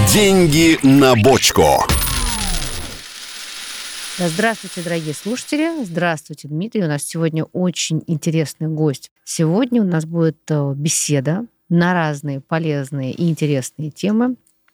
Деньги на бочку. Здравствуйте, дорогие слушатели. Здравствуйте, Дмитрий. У нас сегодня очень интересный гость. Сегодня у нас будет беседа на разные полезные и интересные темы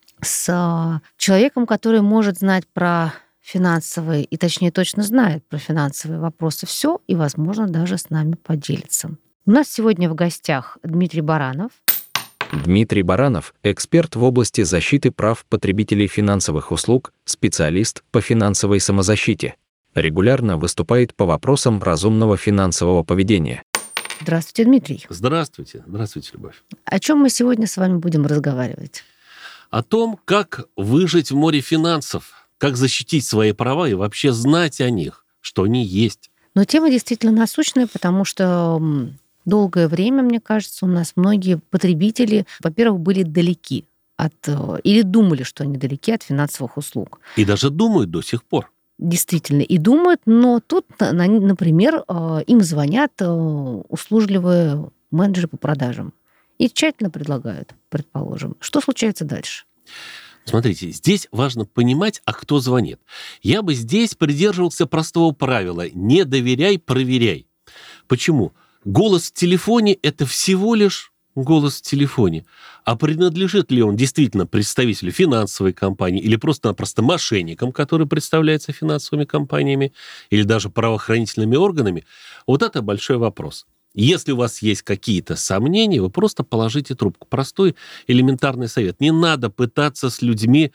с человеком, который может знать про финансовые, и точнее точно знает про финансовые вопросы все, и, возможно, даже с нами поделится. У нас сегодня в гостях Дмитрий Баранов. Дмитрий Баранов – эксперт в области защиты прав потребителей финансовых услуг, специалист по финансовой самозащите. Регулярно выступает по вопросам разумного финансового поведения. Здравствуйте, Дмитрий. Здравствуйте. Здравствуйте, Любовь. О чем мы сегодня с вами будем разговаривать? О том, как выжить в море финансов, как защитить свои права и вообще знать о них, что они есть. Но тема действительно насущная, потому что долгое время, мне кажется, у нас многие потребители, во-первых, были далеки от, или думали, что они далеки от финансовых услуг. И даже думают до сих пор. Действительно, и думают, но тут, например, им звонят услужливые менеджеры по продажам и тщательно предлагают, предположим. Что случается дальше? Смотрите, здесь важно понимать, а кто звонит. Я бы здесь придерживался простого правила: не доверяй, проверяй. Почему? Голос в телефоне – это всего лишь голос в телефоне. А принадлежит ли он действительно представителю финансовой компании или просто-напросто мошенникам, которые представляются финансовыми компаниями или даже правоохранительными органами? Вот это большой вопрос. Если у вас есть какие-то сомнения, вы просто положите трубку. Простой элементарный совет. Не надо пытаться с людьми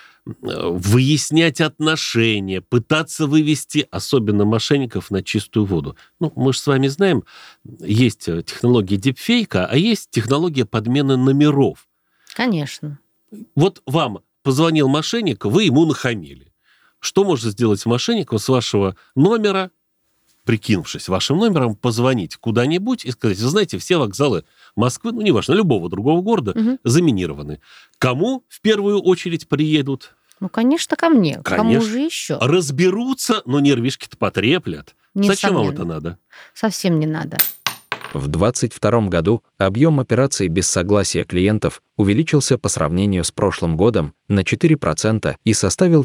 выяснять отношения, пытаться вывести, особенно мошенников, на чистую воду. Мы же с вами знаем, есть технология дипфейка, а есть технология подмены номеров. Конечно. Вот вам позвонил мошенник, вы ему нахамили. Что может сделать мошенник с вашего номера, прикинувшись вашим номером, позвонить куда-нибудь и сказать: вы знаете, все вокзалы Москвы, неважно, любого другого города, заминированы. Кому в первую очередь приедут? Конечно, ко мне. Конечно. Кому же еще? Разберутся, но нервишки-то потреплят. Зачем вам это надо? Совсем не надо. В 2022 году объем операций без согласия клиентов увеличился по сравнению с прошлым годом на 4% и составил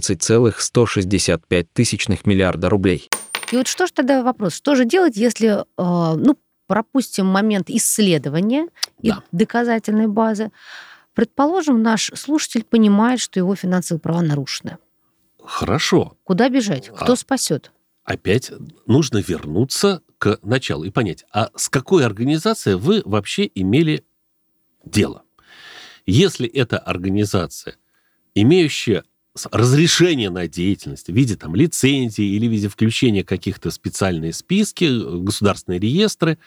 14,165 миллиарда рублей. И вот что же тогда вопрос? Что же делать, если, пропустим момент исследования и доказательной базы? Предположим, наш слушатель понимает, что его финансовые права нарушены. Хорошо. Куда бежать? Кто спасет? Опять нужно вернуться к началу и понять, а с какой организацией вы вообще имели дело? Если это организация, имеющая разрешение на деятельность в виде лицензии или в виде включения каких-то специальные списки, государственные реестры,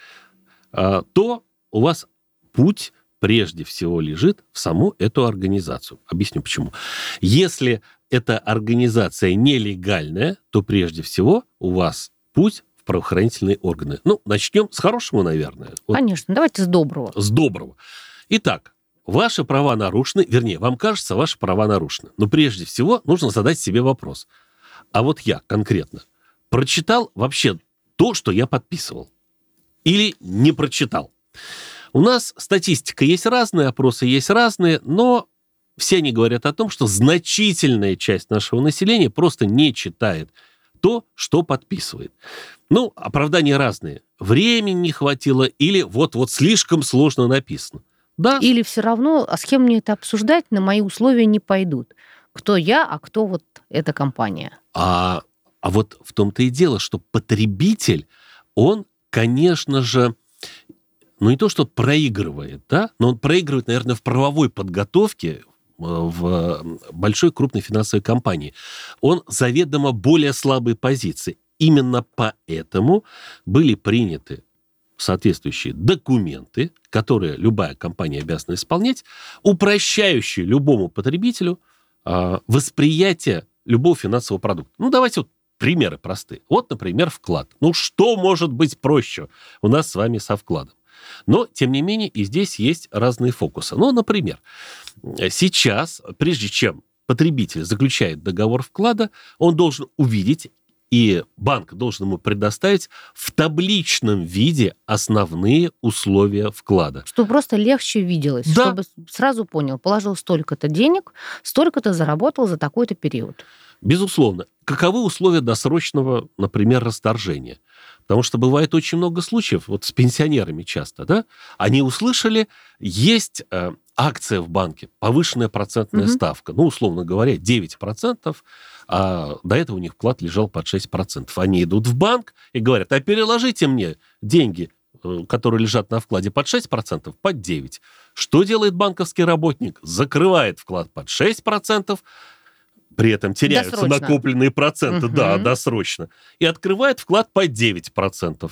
то у вас путь прежде всего лежит в саму эту организацию. Объясню почему. Если эта организация нелегальная, то прежде всего у вас путь в правоохранительные органы. Начнем с хорошего, наверное. Конечно, давайте с доброго. С доброго. Итак, ваши права нарушены, вернее, вам кажется, ваши права нарушены. Но прежде всего нужно задать себе вопрос. А вот я конкретно прочитал вообще то, что я подписывал? Или не прочитал? У нас статистика есть разная, опросы есть разные, но все они говорят о том, что значительная часть нашего населения просто не читает то, что подписывает. Оправдания разные. Времени не хватило или вот слишком сложно написано. Да. Или все равно, а с кем мне это обсуждать, на мои условия не пойдут. Кто я, а кто вот эта компания. А вот в том-то и дело, что потребитель, он, конечно же, не то что проигрывает, но он проигрывает, наверное, в правовой подготовке в большой крупной финансовой компании. Он заведомо более слабой позиции. Именно поэтому были приняты соответствующие документы, которые любая компания обязана исполнять, упрощающие любому потребителю восприятие любого финансового продукта. Давайте примеры простые. Например, вклад. Что может быть проще у нас с вами со вкладом? Но, тем не менее, и здесь есть разные фокусы. Например, сейчас, прежде чем потребитель заключает договор вклада, он должен увидеть и банк должен ему предоставить в табличном виде основные условия вклада. Чтобы просто легче виделось, Да. чтобы сразу понял, положил столько-то денег, столько-то заработал за такой-то период. Безусловно. Каковы условия досрочного, например, расторжения? Потому что бывает очень много случаев, вот с пенсионерами часто, да? Они услышали, есть акция в банке, повышенная процентная ставка, ну, условно говоря, 9%, а до этого у них вклад лежал под 6%. Они идут в банк и говорят, а переложите мне деньги, которые лежат на вкладе под 6%, под 9%. Что делает банковский работник? Закрывает вклад под 6%, при этом теряются Досрочно. накопленные проценты, да, досрочно, и открывает вклад под 9%.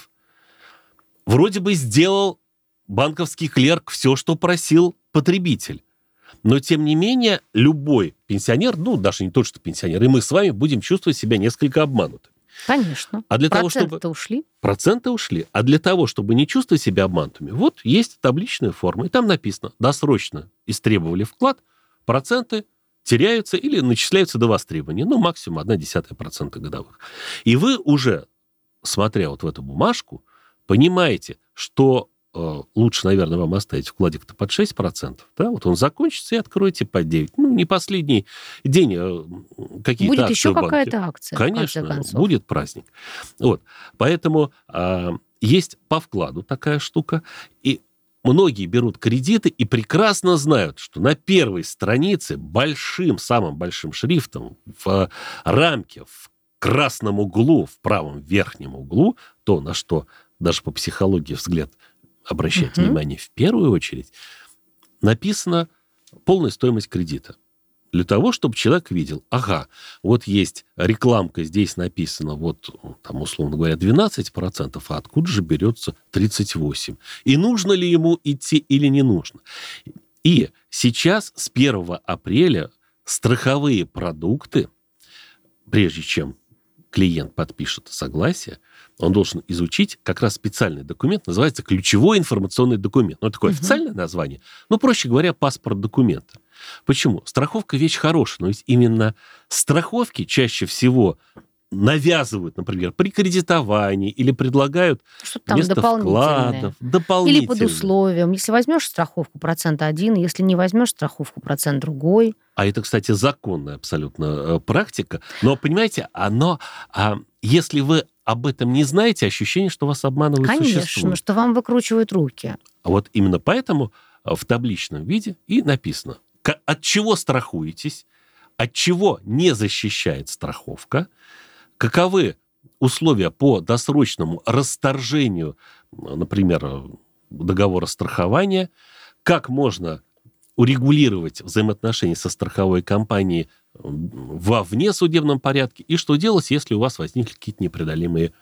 Вроде бы сделал банковский клерк все, что просил потребитель. Но, тем не менее, любой пенсионер, ну, даже не тот, что пенсионер, и мы с вами будем чувствовать себя несколько обманутыми. Конечно. А для того, Проценты-то чтобы... ушли. Проценты ушли. А для того, чтобы не чувствовать себя обманутыми, вот есть табличная форма, и там написано, досрочно истребовали вклад, проценты теряются или начисляются до востребования, ну, максимум 0,1% годовых. И вы уже, смотря вот в эту бумажку, понимаете, что лучше, наверное, вам оставить вкладик-то под 6%, да, вот он закончится, и откроете под 9%. Ну, не последний день какие-то Будет акции еще в банке. какая-то акция, Конечно, в конце концов. будет праздник. Вот. Поэтому есть по вкладу такая штука, и многие берут кредиты и прекрасно знают, что на первой странице самым большим шрифтом в рамке, в красном углу, в правом верхнем углу, то, на что даже по психологии взгляд обращать внимание в первую очередь, написана полная стоимость кредита. Для того, чтобы человек видел, ага, вот есть рекламка, здесь написано, вот там, условно говоря, 12%, а откуда же берется 38%? И нужно ли ему идти или не нужно? И сейчас с 1 апреля страховые продукты, прежде чем клиент подпишет согласие, он должен изучить как раз специальный документ, называется ключевой информационный документ. Ну, такое официальное название, но, проще говоря, паспорт документа. Почему? Страховка вещь хорошая, но ведь именно страховки чаще всего навязывают, например, при кредитовании или предлагают Что-то там вместо дополнительное. вкладов дополнительные. Или под условием. Если возьмешь страховку 1%, если не возьмешь страховку 1% другой. А это, кстати, законная абсолютно практика. Но, понимаете, если вы об этом не знаете, ощущение, что вас обманывают, Конечно, существует. что вам выкручивают руки. А вот именно поэтому в табличном виде и написано, от чего страхуетесь, от чего не защищает страховка, каковы условия по досрочному расторжению, например, договора страхования, как можно урегулировать взаимоотношения со страховой компанией во внесудебном порядке, и что делать, если у вас возникли какие-то непреодолимые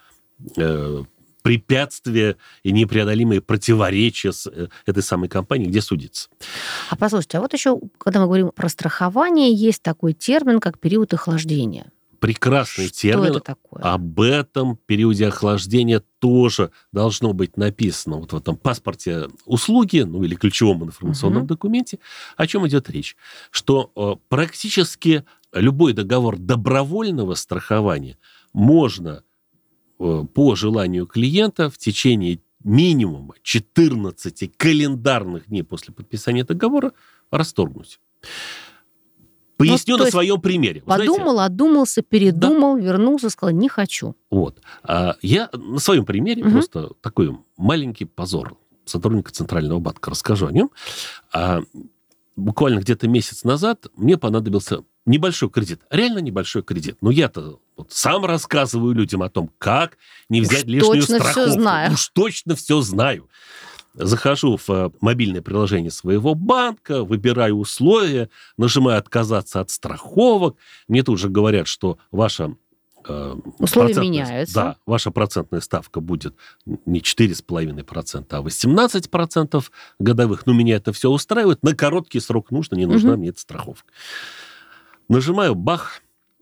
препятствия и непреодолимые противоречия с этой самой компанией, где судиться. А послушайте, а вот еще, когда мы говорим про страхование, есть такой термин, как период охлаждения. Прекрасный Что термин. это такое? Об этом периоде охлаждения тоже должно быть написано вот в этом паспорте услуги, ну или ключевом информационном документе, о чем идет речь. Что практически любой договор добровольного страхования можно по желанию клиента в течение минимума 14 календарных дней после подписания договора расторгнуть. Поясню то на есть своем примере. Вы знаете, Подумал, одумался, передумал, вернулся, сказал, не хочу. вот. Я на своем примере просто такой маленький позор сотрудника Центрального банка расскажу о нем. Буквально где-то месяц назад мне понадобился небольшой кредит. Реально небольшой кредит. Но я-то вот сам рассказываю людям о том, как не взять лишнюю точно страховку. всё знаю. Уж точно все знаю. Захожу в мобильное приложение своего банка, выбираю условия, нажимаю «Отказаться от страховок». Мне тут же говорят, что ваша Условия меняются. Да, ваша процентная ставка будет не 4,5%, а 18% годовых. Но меня это все устраивает. На короткий срок нужно, не нужна мне эта страховка. Нажимаю «Бах».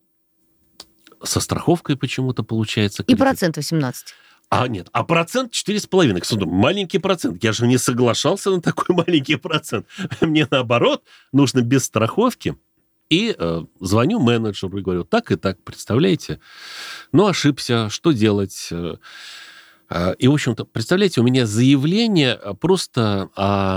Со страховкой почему-то получается И кредит. процент 18. Нет, процент 4,5. Кстати, маленький процент. Я же не соглашался на такой маленький процент. Мне наоборот, нужно без страховки И звоню менеджеру и говорю, так и так, представляете? Ну, ошибся, что делать? И, в общем-то, представляете, у меня заявление просто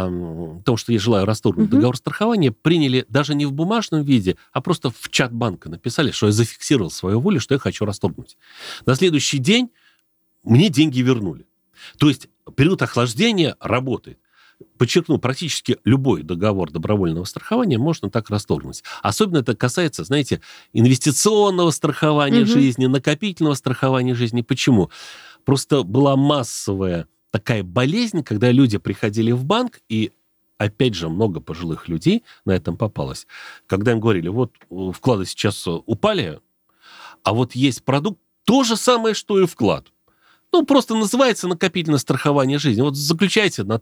о том, что я желаю расторгнуть договор страхования, приняли даже не в бумажном виде, а просто в чат банка написали, что я зафиксировал свою волю, что я хочу расторгнуть. На следующий день мне деньги вернули. То есть период охлаждения работает. Подчеркну, практически любой договор добровольного страхования можно так расторгнуть. Особенно это касается, знаете, инвестиционного страхования жизни, накопительного страхования жизни. Почему? Просто была массовая такая болезнь, когда люди приходили в банк, и, опять же, много пожилых людей на этом попалось. Когда им говорили, вот вклады сейчас упали, а вот есть продукт, то же самое, что и вклад. Ну, просто называется накопительное страхование жизни. Вот заключайте на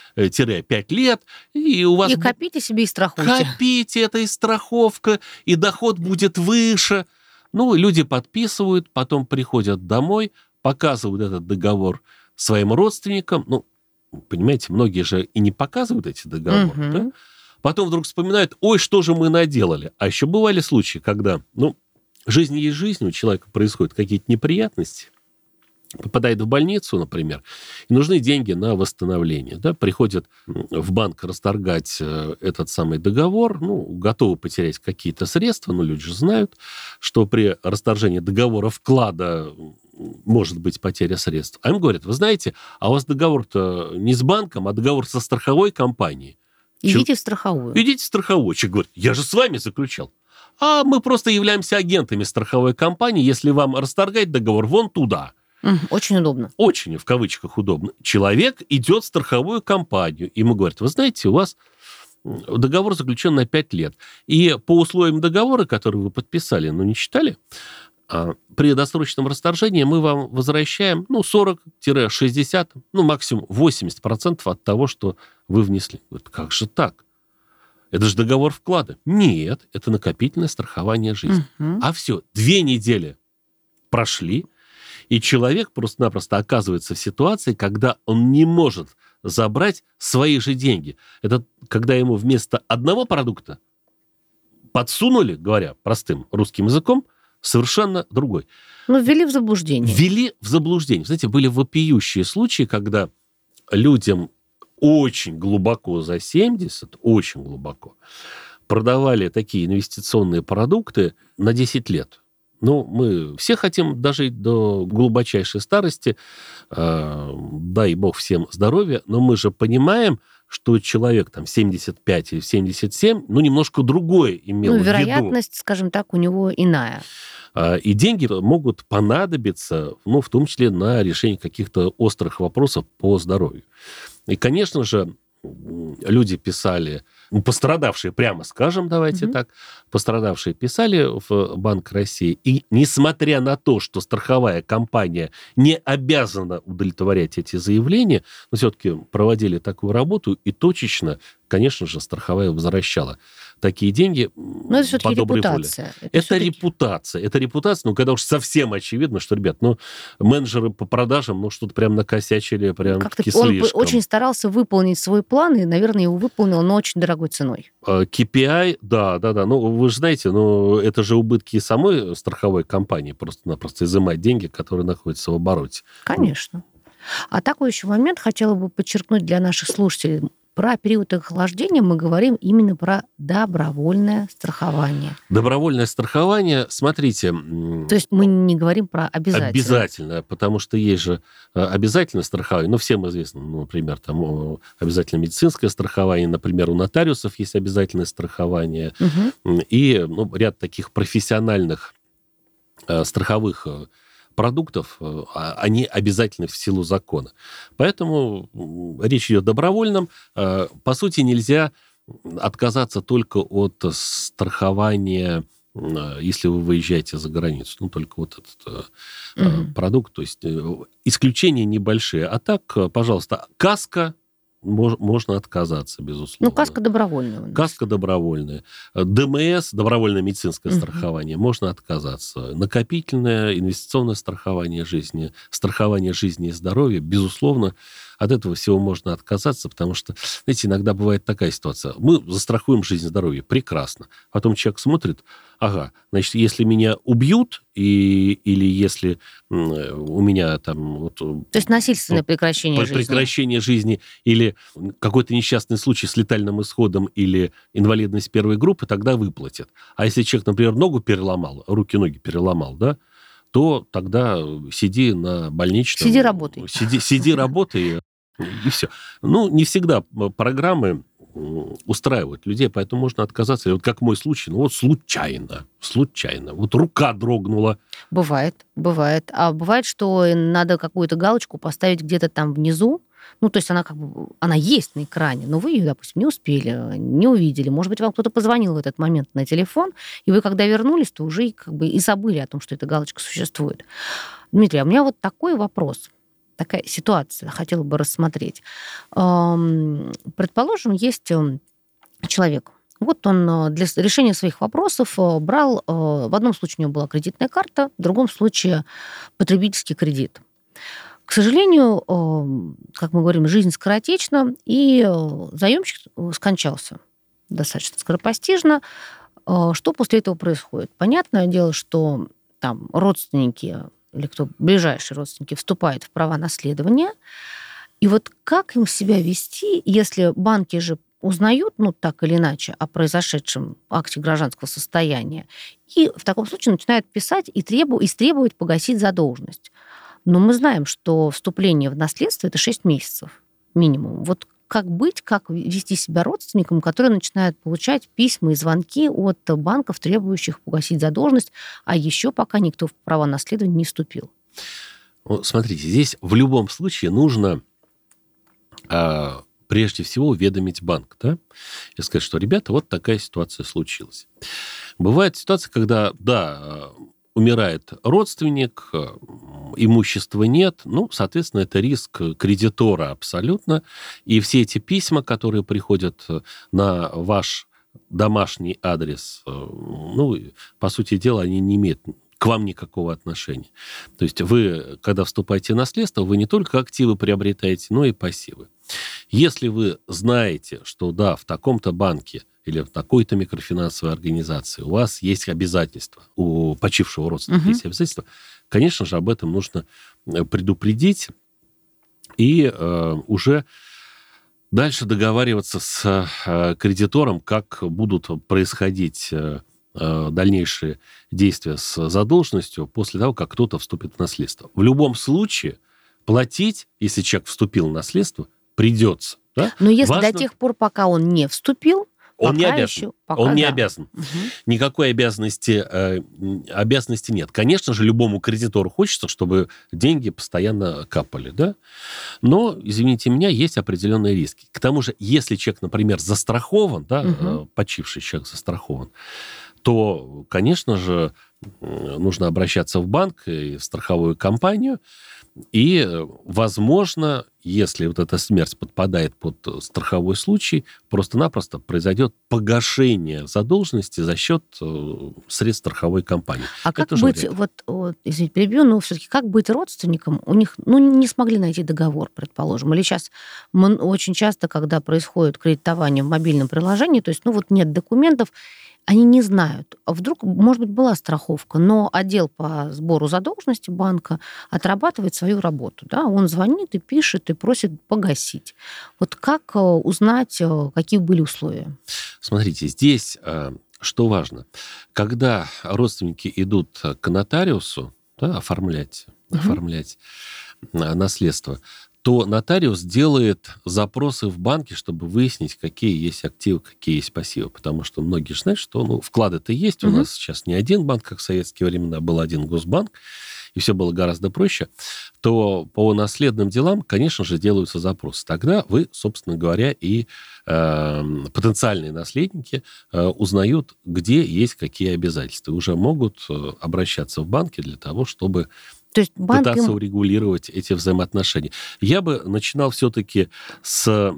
3-5 лет, и у вас... И копите себе и страхуйте. Копите, это и страховка, и доход будет выше. Ну, люди подписывают, потом приходят домой, показывают этот договор своим родственникам. Ну, понимаете, многие же и не показывают эти договоры, да? Потом вдруг вспоминают, ой, что же мы наделали. А еще бывали случаи, когда, ну, жизнь есть жизнь, у человека происходят какие-то неприятности, попадает в больницу, например, и нужны деньги на восстановление. Да? Приходят в банк расторгать этот самый договор, ну, готовы потерять какие-то средства, но люди же знают, что при расторжении договора вклада может быть потеря средств. А им говорят, вы знаете, а у вас договор-то не с банком, а договор со страховой компанией. Идите в страховую. Идите в страховую. Человек говорит, я же с вами заключал. А мы просто являемся агентами страховой компании, если вам расторгать договор, вон туда. Очень удобно. Очень, в кавычках, удобно. Человек идет в страховую компанию, и ему говорят, вы знаете, у вас договор заключен на 5 лет. И по условиям договора, который вы подписали, ну, не читали, при досрочном расторжении мы вам возвращаем, ну, 40-60, ну, максимум 80% от того, что вы внесли. Говорят, как же так? Это же договор вклада. Нет, это накопительное страхование жизни. А все, 2 недели прошли, и человек просто-напросто оказывается в ситуации, когда он не может забрать свои же деньги. Это когда ему вместо одного продукта подсунули, говоря простым русским языком, совершенно другой. Ну, ввели в заблуждение. Ввели в заблуждение. Знаете, были вопиющие случаи, когда людям очень глубоко за 70, очень глубоко, продавали такие инвестиционные продукты на 10 лет. Ну, мы все хотим дожить до глубочайшей старости, дай бог всем здоровья, но мы же понимаем, что человек там 75 или 77, ну, немножко другое имел в виду. Вероятность, скажем так, у него иная. И деньги могут понадобиться, ну, в том числе на решение каких-то острых вопросов по здоровью. И, конечно же, люди писали, пострадавшие, прямо скажем, давайте так, пострадавшие писали в Банк России, и несмотря на то, что страховая компания не обязана удовлетворять эти заявления, но все-таки проводили такую работу, и точечно, конечно же, страховая возвращала такие деньги по доброй воле. Это репутация. Это репутация, ну, когда уж совсем очевидно, что, ребят, ну, менеджеры по продажам, ну, что-то прям накосячили, прям как-то слишком. Он очень старался выполнить свой план, и, наверное, его выполнил, но очень дорогой ценой. KPI, да. Ну, вы же знаете, ну, это же убытки самой страховой компании, просто-напросто изымать деньги, которые находятся в обороте. Конечно. А такой еще момент хотела бы подчеркнуть для наших слушателей. Про период охлаждения мы говорим именно про добровольное страхование. Добровольное страхование, смотрите... То есть мы не говорим про обязательное. Обязательно, потому что есть же обязательное страхование. Ну, всем известно, ну, например, там обязательное медицинское страхование, например, у нотариусов есть обязательное страхование. И ряд таких профессиональных страховых продуктов, они обязательны в силу закона. Поэтому речь идет о добровольном. По сути, нельзя отказаться только от страхования, если вы выезжаете за границу. Ну, только вот этот продукт. То есть исключения небольшие. А так, пожалуйста, каска, можно отказаться, безусловно. Ну, каска добровольная. Каска добровольная. ДМС, добровольное медицинское страхование, можно отказаться. Накопительное, инвестиционное страхование жизни и здоровья, безусловно, от этого всего можно отказаться, потому что, знаете, иногда бывает такая ситуация. Мы застрахуем жизнь и здоровье, прекрасно. Потом человек смотрит, ага, значит, если меня убьют, или если у меня там... Вот, То есть насильственное прекращение жизни. Прекращение жизни, или какой-то несчастный случай с летальным исходом, или инвалидность первой группы, тогда выплатят. А если человек, например, ногу переломал, руки-ноги переломал, да, то тогда сиди на больничном... Сиди работай. Сиди работай, и все. Ну, не всегда программы устраивают людей, поэтому можно отказаться. И вот как мой случай, ну вот случайно. Вот рука дрогнула. Бывает. А бывает, что надо какую-то галочку поставить где-то там внизу. Ну, то есть она она есть на экране, но вы ее, допустим, не успели, не увидели. Может быть, вам кто-то позвонил в этот момент на телефон, и вы, когда вернулись, то уже и забыли о том, что эта галочка существует. Дмитрий, а у меня вот такой вопрос. Такая ситуация, хотела бы рассмотреть. Предположим, есть человек. Вот он для решения своих вопросов брал... В одном случае у него была кредитная карта, в другом случае потребительский кредит. К сожалению, как мы говорим, жизнь скоротечна, и заемщик скончался достаточно скоропостижно. Что после этого происходит? Понятное дело, что там родственники или кто ближайшие родственники вступают в права наследования. И вот как им себя вести, если банки же узнают, ну, так или иначе, о произошедшем акте гражданского состояния, и в таком случае начинают писать и требовать погасить задолженность. Но мы знаем, что вступление в наследство – это 6 месяцев минимум. Вот как быть, как вести себя родственникам, которые начинают получать письма и звонки от банков, требующих погасить задолженность, а еще пока никто в права наследования не вступил? Ну, смотрите, здесь в любом случае нужно прежде всего уведомить банк, да, и сказать, что, ребята, вот такая ситуация случилась. Бывает ситуация, когда, да, умирает родственник, имущества нет, ну, соответственно, это риск кредитора абсолютно. И все эти письма, которые приходят на ваш домашний адрес, ну, по сути дела, они не имеют к вам никакого отношения. То есть вы, когда вступаете в наследство, вы не только активы приобретаете, но и пассивы. Если вы знаете, что, да, в таком-то банке или в такой-то микрофинансовой организации у вас есть обязательства, у почившего родственника есть обязательства, конечно же, об этом нужно предупредить и уже дальше договариваться с кредитором, как будут происходить дальнейшие действия с задолженностью после того, как кто-то вступит в наследство. В любом случае платить, если человек вступил в наследство, придется. Да? Но если до тех пор, пока он не вступил, он не обязан. Он не обязан. Угу. Никакой обязанности нет. Конечно же, любому кредитору хочется, чтобы деньги постоянно капали, да? Но, извините меня, есть определенные риски. К тому же, если человек, например, застрахован, да, почивший человек застрахован, то, конечно же, нужно обращаться в банк и в страховую компанию. И, возможно, если вот эта смерть подпадает под страховой случай, просто-напросто произойдет погашение задолженности за счет средств страховой компании. А как быть, извините, перебью, но все-таки как быть родственникам? У них, не смогли найти договор, предположим. Или сейчас очень часто, когда происходит кредитование в мобильном приложении, то есть, нет документов, они не знают. Вдруг, может быть, была страховка, но отдел по сбору задолженности банка отрабатывает свою работу. Да? Он звонит и пишет, и просит погасить. Вот как узнать, какие были условия? Смотрите, здесь что важно. Когда родственники идут к нотариусу, да, оформлять наследство, то нотариус делает запросы в банке, чтобы выяснить, какие есть активы, какие есть пассивы. Потому что многие же знают, что вклады-то есть. У нас сейчас не один банк, как в советские времена, был один госбанк, и все было гораздо проще. То по наследным делам, конечно же, делаются запросы. Тогда вы, собственно говоря, и потенциальные наследники узнают, где есть какие обязательства. И уже могут обращаться в банки для того, чтобы... То есть пытаться урегулировать эти взаимоотношения. Я бы начинал все-таки с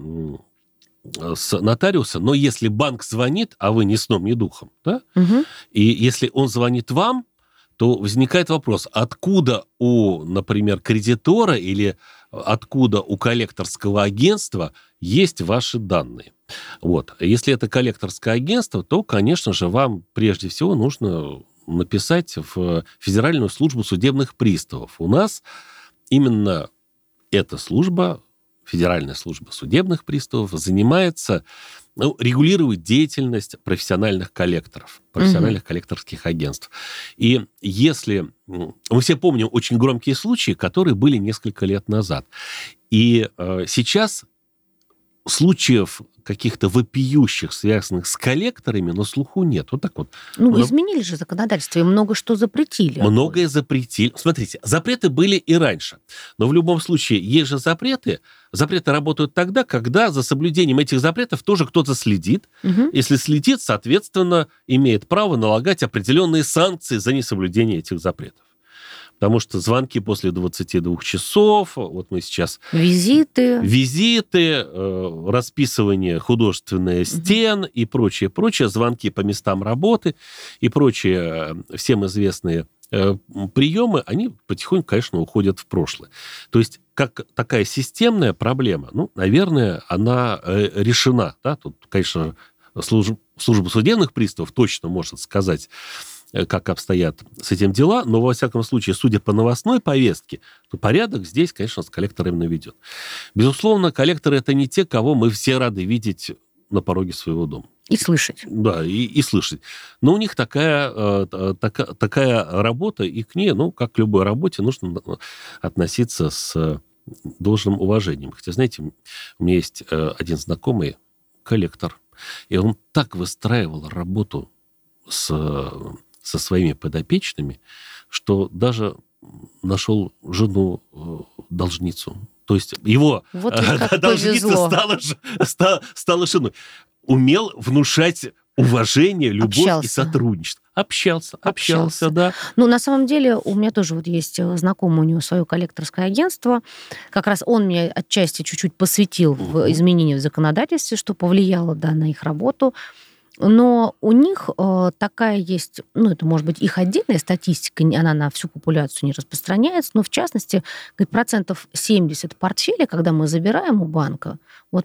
нотариуса, но если банк звонит, а вы ни сном, ни духом, да, и если он звонит вам, то возникает вопрос, откуда у, например, кредитора или откуда у коллекторского агентства есть ваши данные. Вот. Если это коллекторское агентство, то, конечно же, вам прежде всего нужно написать в Федеральную службу судебных приставов. У нас именно эта служба, Федеральная служба судебных приставов, занимается, регулирует деятельность профессиональных коллекторов, профессиональных коллекторских агентств. И если... Мы все помним очень громкие случаи, которые были несколько лет назад. И сейчас случаев каких-то вопиющих, связанных с коллекторами, на слуху нет. Вот так вот. Изменили же законодательство, и много что запретили. Многое запретили. Смотрите, запреты были и раньше. Но в любом случае, есть же запреты. Запреты работают тогда, когда за соблюдением этих запретов тоже кто-то следит. Если следит, соответственно, имеет право налагать определенные санкции за несоблюдение этих запретов. Потому что звонки после 22 часов, вот мы сейчас... Визиты, расписывание художественных стен и прочее, звонки по местам работы и прочие всем известные приемы, они потихоньку, конечно, уходят в прошлое. То есть, как такая системная проблема, наверное, она решена. Да? Тут, конечно, служба судебных приставов точно может сказать, как обстоят с этим дела, но, во всяком случае, судя по новостной повестке, то порядок здесь, конечно, с коллекторами наведен. Безусловно, коллекторы – это не те, кого мы все рады видеть на пороге своего дома. И слышать. Да, и слышать. Но у них такая работа, и к ней, как к любой работе, нужно относиться с должным уважением. Хотя, знаете, у меня есть один знакомый коллектор, и он так выстраивал работу со своими подопечными, что даже нашел жену-должницу. То есть его должница стала женой. Умел внушать уважение, любовь и сотрудничество. Общался, да. На самом деле, у меня тоже есть знакомый, у него свое коллекторское агентство. Как раз он меня отчасти чуть-чуть посвятил в изменения в законодательстве, что повлияло, на их работу. Но у них такая есть, это может быть их отдельная статистика, она на всю популяцию не распространяется, но в частности, 70% портфеля, когда мы забираем у банка,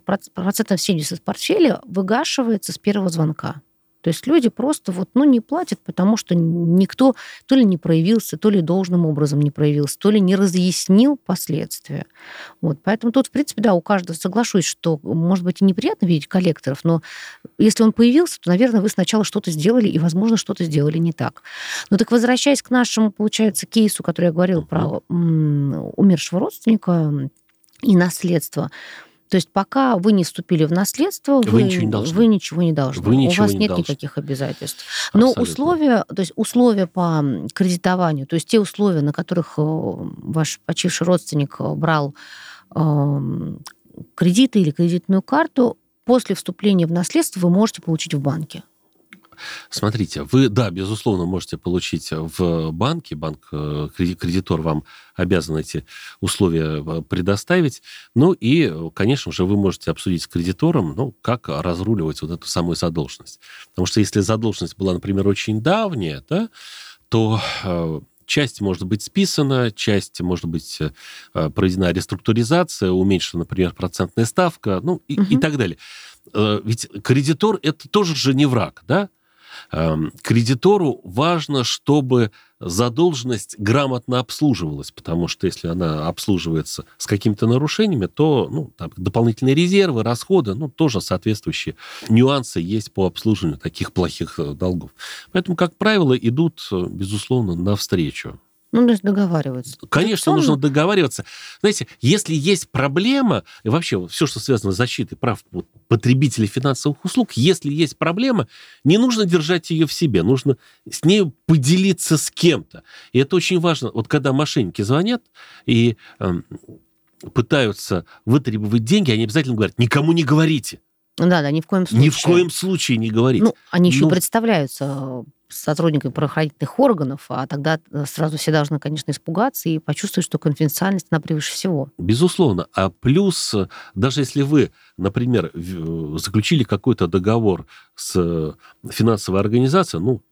70% портфеля выгашивается с первого звонка. То есть люди просто не платят, потому что никто то ли не проявился, то ли должным образом не проявился, то ли не разъяснил последствия. Поэтому тут, в принципе, у каждого соглашусь, что, может быть, и неприятно видеть коллекторов, но если он появился, то, наверное, вы сначала что-то сделали и, возможно, что-то сделали не так. Так возвращаясь к нашему, получается, кейсу, который я говорила про умершего родственника и наследство, то есть пока вы не вступили в наследство, вы ничего не должны. У вас нет никаких обязательств. Но условия по кредитованию, то есть те условия, на которых ваш почивший родственник брал кредиты или кредитную карту, после вступления в наследство вы можете получить в банке. Смотрите, вы, безусловно, можете получить в банке, кредитор вам обязан эти условия предоставить, и, конечно же, вы можете обсудить с кредитором, как разруливать эту самую задолженность. Потому что если задолженность была, например, очень давняя, то часть может быть списана, часть может быть проведена реструктуризация, уменьшена, например, процентная ставка, и так далее. Ведь кредитор – это тоже же не враг, да? Кредитору важно, чтобы задолженность грамотно обслуживалась, потому что если она обслуживается с какими-то нарушениями, то дополнительные резервы, расходы, тоже соответствующие нюансы есть по обслуживанию таких плохих долгов. Поэтому, как правило, идут, безусловно, навстречу. То есть договариваются. Конечно, нужно договариваться. Знаете, если есть проблема, и вообще все, что связано с защитой прав потребителей финансовых услуг, если есть проблема, не нужно держать ее в себе, нужно с ней поделиться с кем-то. И это очень важно. Когда мошенники звонят и пытаются вытребовать деньги, они обязательно говорят: никому не говорите. Да, ни в коем случае. Ни в коем случае не говорите. Они еще представляются сотрудниками правоохранительных органов, а тогда сразу все должны, конечно, испугаться и почувствовать, что конфиденциальность, она превыше всего. Безусловно. А плюс, даже если вы, например, заключили какой-то договор с финансовой организацией,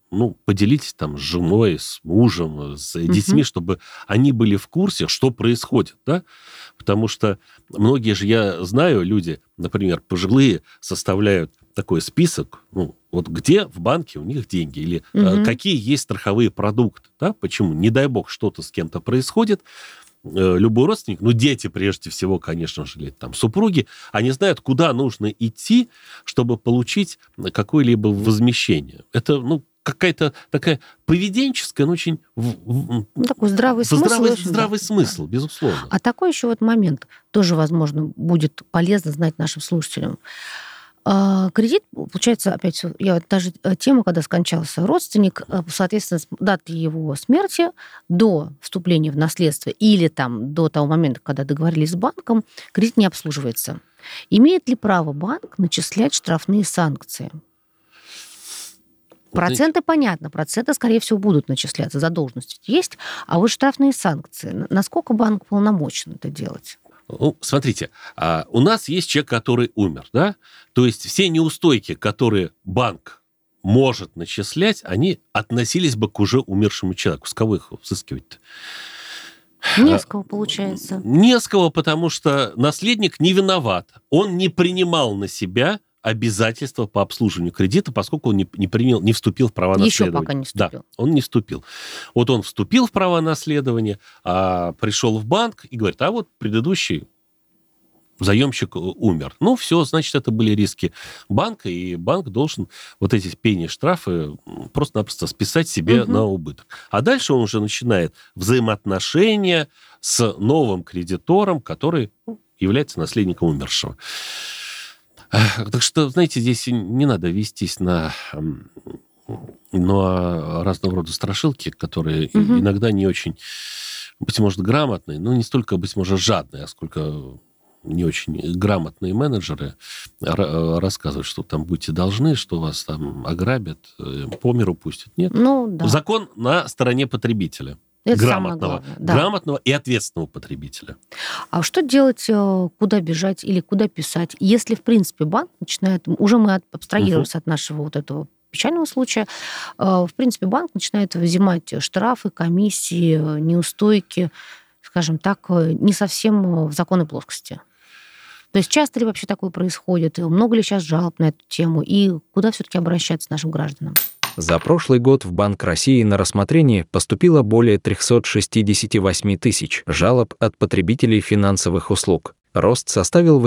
поделитесь там с женой, с мужем, с детьми, чтобы они были в курсе, что происходит, да? Потому что многие же, я знаю, люди, например, пожилые, составляют такой список, вот где в банке у них деньги, или какие есть страховые продукты, да? Почему? Не дай бог, что-то с кем-то происходит, любой родственник, дети прежде всего, конечно же, или там супруги, они знают, куда нужно идти, чтобы получить какое-либо возмещение. Это, какая-то такая поведенческая, но очень... Такой здравый смысл. Здравый смысл, безусловно. А такой еще вот момент тоже, возможно, будет полезно знать нашим слушателям. Кредит, получается, опять, та же тема, когда скончался родственник, соответственно, с даты его смерти до вступления в наследство или там до того момента, когда договорились с банком, кредит не обслуживается. Имеет ли право банк начислять штрафные санкции? Проценты, понятно, проценты, скорее всего, будут начисляться, задолженность есть, а вот штрафные санкции, насколько банк полномочен это делать? Смотрите, у нас есть человек, который умер, да? То есть все неустойки, которые банк может начислять, они относились бы к уже умершему человеку. С кого их взыскивать-то? Не с кого, получается. Не с кого, потому что наследник не виноват. Он не принимал на себя обязательства по обслуживанию кредита, поскольку он не вступил в права наследования. Еще пока не вступил. Да, он не вступил. Вот он вступил в права наследования, пришел в банк и говорит, а вот предыдущий заемщик умер. Все, значит, это были риски банка, и банк должен вот эти пени штрафы просто-напросто списать себе на убыток. А дальше он уже начинает взаимоотношения с новым кредитором, который является наследником умершего. Так что, знаете, здесь не надо вестись на разного рода страшилки, которые иногда не очень, быть может, грамотные, но не столько, быть может, жадные, а сколько не очень грамотные менеджеры рассказывают, что там будете должны, что вас там ограбят, по миру пустят. Нет. Да. Закон на стороне потребителя. Это Грамотного и ответственного потребителя. А что делать, куда бежать или куда писать, если, в принципе, банк начинает... Уже мы абстрагировались от нашего вот этого печального случая. В принципе, банк начинает взимать штрафы, комиссии, неустойки, скажем так, не совсем в законной плоскости. То есть часто ли вообще такое происходит? Много ли сейчас жалоб на эту тему? И куда все-таки обращаться нашим гражданам? За прошлый год в Банк России на рассмотрение поступило более 368 тысяч жалоб от потребителей финансовых услуг. Рост составил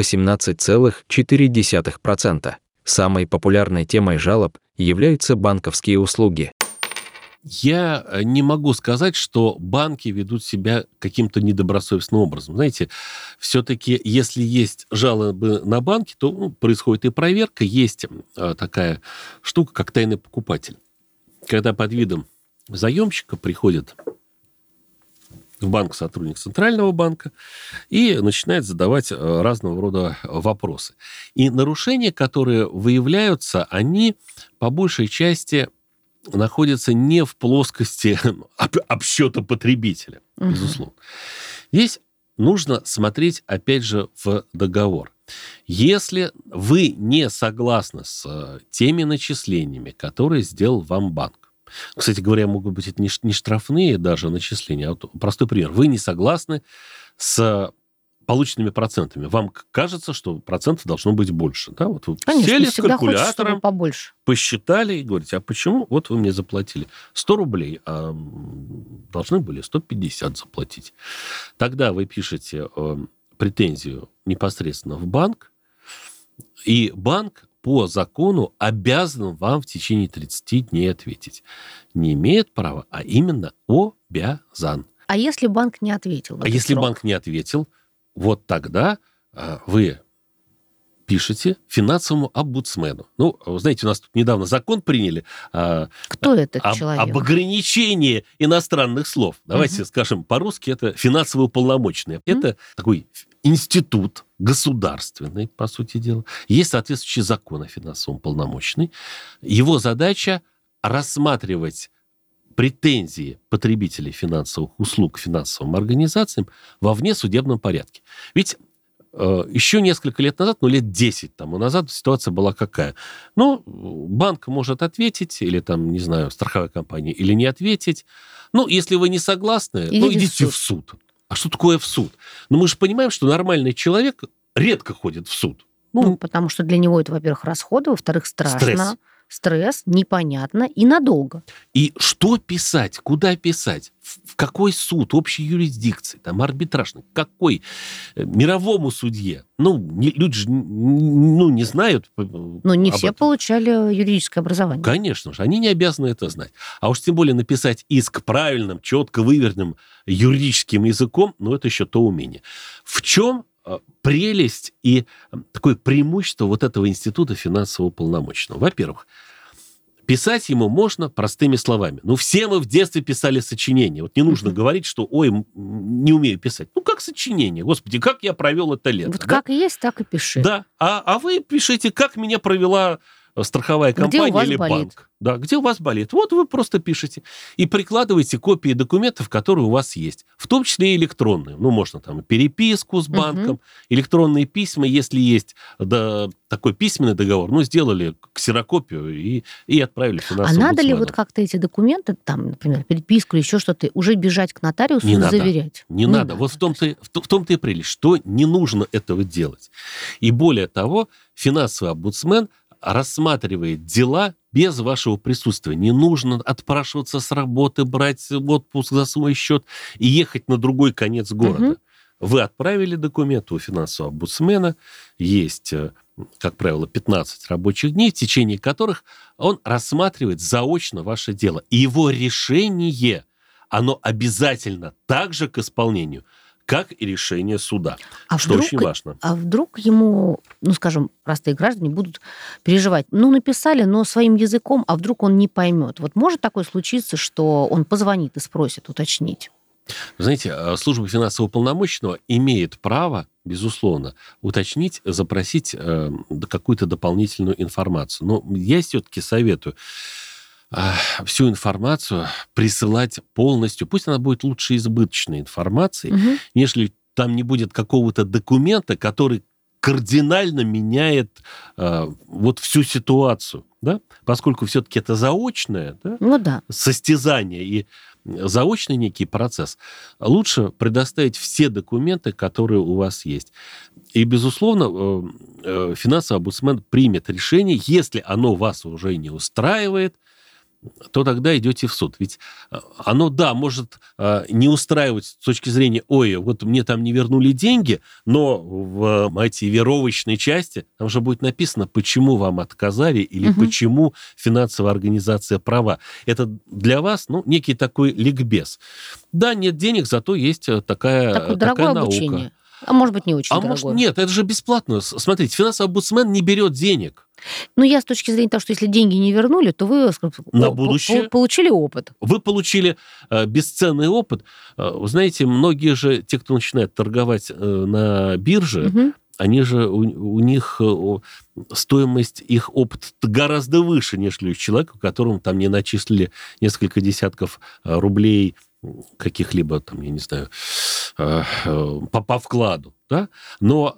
18,4%. Самой популярной темой жалоб являются банковские услуги. Я не могу сказать, что банки ведут себя каким-то недобросовестным образом. Знаете, все-таки, если есть жалобы на банки, то происходит и проверка. Есть такая штука, как тайный покупатель. Когда под видом заемщика приходит в банк сотрудник Центрального банка и начинает задавать разного рода вопросы. И нарушения, которые выявляются, они по большей части находится не в плоскости обсчета потребителя, безусловно. Здесь нужно смотреть, опять же, в договор. Если вы не согласны с теми начислениями, которые сделал вам банк, кстати говоря, могут быть это не штрафные даже начисления, а вот простой пример. Вы не согласны с полученными процентами. Вам кажется, что процентов должно быть больше. Да? Вот вы сели с калькулятором, побольше. Посчитали и говорите, а почему? Вот вы мне заплатили 100 рублей, а должны были 150 заплатить. Тогда вы пишете претензию непосредственно в банк, и банк по закону обязан вам в течение 30 дней ответить. Не имеет права, а именно обязан. А если банк не ответил? А если банк не ответил, вот тогда вы пишете финансовому омбудсмену. Вы знаете, у нас тут недавно закон приняли Кто этот человек? Об ограничении иностранных слов. Давайте скажем по-русски, это финансовые уполномоченные. Это такой институт государственный, по сути дела. Есть соответствующий закон о финансовом уполномоченном. Его задача рассматривать претензии потребителей финансовых услуг к финансовым организациям во внесудебном порядке. Ведь Еще несколько лет назад, лет 10 тому назад ситуация была какая? Банк может ответить, или там, не знаю, страховая компания, или не ответить. Если вы не согласны, идите в суд. А что такое в суд? Мы же понимаем, что нормальный человек редко ходит в суд. Потому что для него это, во-первых, расходы, во-вторых, страшно. Стресс, непонятно и надолго. И что писать? Куда писать? В какой суд? Общей юрисдикции? Там арбитражный? Какой? Мировому судье? Люди же не знают. Не все получали юридическое образование. Конечно же, они не обязаны это знать. А уж тем более написать иск правильным, четко выверенным юридическим языком, это еще то умение. В чем прелесть и такое преимущество вот этого института финансового уполномоченного? Во-первых, писать ему можно простыми словами. Все мы в детстве писали сочинения. Не нужно говорить, что, не умею писать. Как сочинение? Господи, как я провел это лето. Как есть, так и пиши. Да. А вы пишите, как меня провела страховая компания или банк. Да, где у вас болит. Вы просто пишете. И прикладываете копии документов, которые у вас есть. В том числе и электронные. Можно там переписку с банком, электронные письма, если есть такой письменный договор, сделали ксерокопию и отправили в финансовый А надо ли омбудсмена. как-то эти документы, там, например, переписку или еще что-то, уже бежать к нотариусу и заверять? Не надо. В том-то и прелесть, что не нужно этого делать. И более того, финансовый омбудсмен рассматривает дела без вашего присутствия. Не нужно отпрашиваться с работы, брать отпуск за свой счет и ехать на другой конец города. Вы отправили документы у финансового омбудсмена, есть, как правило, 15 рабочих дней, в течение которых он рассматривает заочно ваше дело. И его решение, оно обязательно также к исполнению, как и решение суда, что очень важно. А вдруг ему, скажем, простые граждане будут переживать, написали, но своим языком, а вдруг он не поймет. Может такое случиться, что он позвонит и спросит уточнить? Вы знаете, служба финансового уполномоченного имеет право, безусловно, уточнить, запросить какую-то дополнительную информацию. Но я все-таки советую всю информацию присылать полностью. Пусть она будет лучше избыточной информацией, нежели там не будет какого-то документа, который кардинально меняет всю ситуацию. Да? Поскольку все-таки это заочное состязание и заочный некий процесс, лучше предоставить все документы, которые у вас есть. И, безусловно, финансовый омбудсмен примет решение, если оно вас уже не устраивает, то тогда идете в суд. Ведь оно, может не устраивать с точки зрения, мне там не вернули деньги, но в мотивировочной части там же будет написано, почему вам отказали или почему финансовая организация права. Это для вас, некий такой ликбез. Да, нет денег, зато есть такая дорогое наука. Обучение. А может быть, не очень дорогое. Может, нет, это же бесплатно. Смотрите, финансовый омбудсмен не берет денег. Я с точки зрения того, что если деньги не вернули, то вы на будущее получили опыт. Вы получили бесценный опыт. Вы знаете, многие же, те, кто начинает торговать на бирже, они же, у них стоимость их опыта гораздо выше, нежели у человека, которому там не начислили несколько десятков рублей каких-либо, там, я не знаю, по вкладу. Да? Но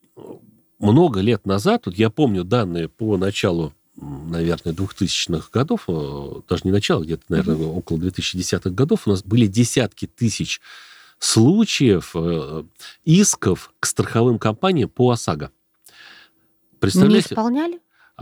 много лет назад, я помню данные по началу, наверное, 2000-х годов, даже не начало, где-то, наверное, около 2010-х годов, у нас были десятки тысяч случаев исков к страховым компаниям по ОСАГО. Представляете? Не исполняли?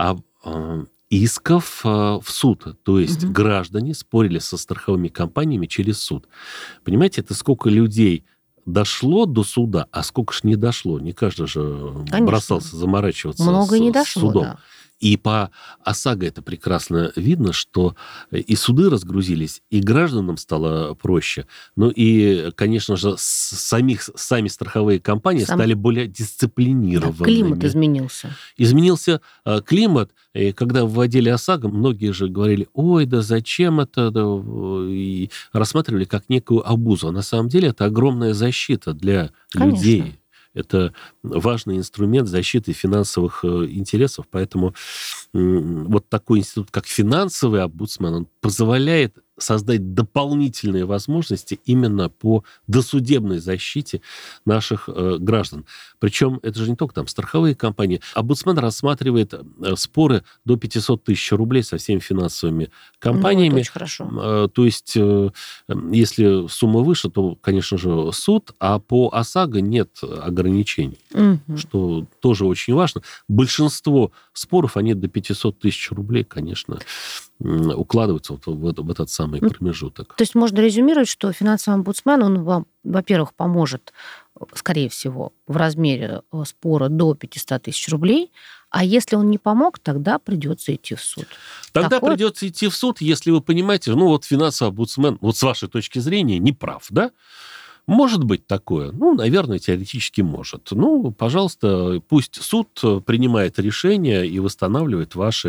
Исков в суд. То есть граждане спорили со страховыми компаниями через суд. Понимаете, это сколько людей дошло до суда, а сколько ж не дошло. Не каждый же бросался заморачиваться много не с судом. Да. И по ОСАГО это прекрасно видно, что и суды разгрузились, и гражданам стало проще. Ну и, конечно же, сами страховые компании стали более дисциплинированными. Да, климат изменился. Изменился климат. И когда вводили ОСАГО, многие же говорили, ой, да зачем это? И рассматривали как некую обузу. А на самом деле это огромная защита для людей. Это важный инструмент защиты финансовых интересов. Поэтому вот такой институт, как финансовый омбудсмен, он позволяет создать дополнительные возможности именно по досудебной защите наших граждан. Причем это же не только там страховые компании. Омбудсмен рассматривает споры до 500 тысяч рублей со всеми финансовыми компаниями. Ну, это очень хорошо. То есть, если сумма выше, то, конечно же, суд, а по ОСАГО нет ограничений, что тоже очень важно. Большинство споров, они до 500 тысяч рублей, конечно, укладываются в этот самый промежуток. То есть можно резюмировать, что финансовый омбудсмен, он вам, во-первых, поможет, скорее всего, в размере спора до 500 тысяч рублей, а если он не помог, тогда придется идти в суд. Тогда придется идти в суд, если вы понимаете, финансовый омбудсмен, с вашей точки зрения, не прав, да? Может быть такое? Наверное, теоретически может. Пожалуйста, пусть суд принимает решение и восстанавливает ваши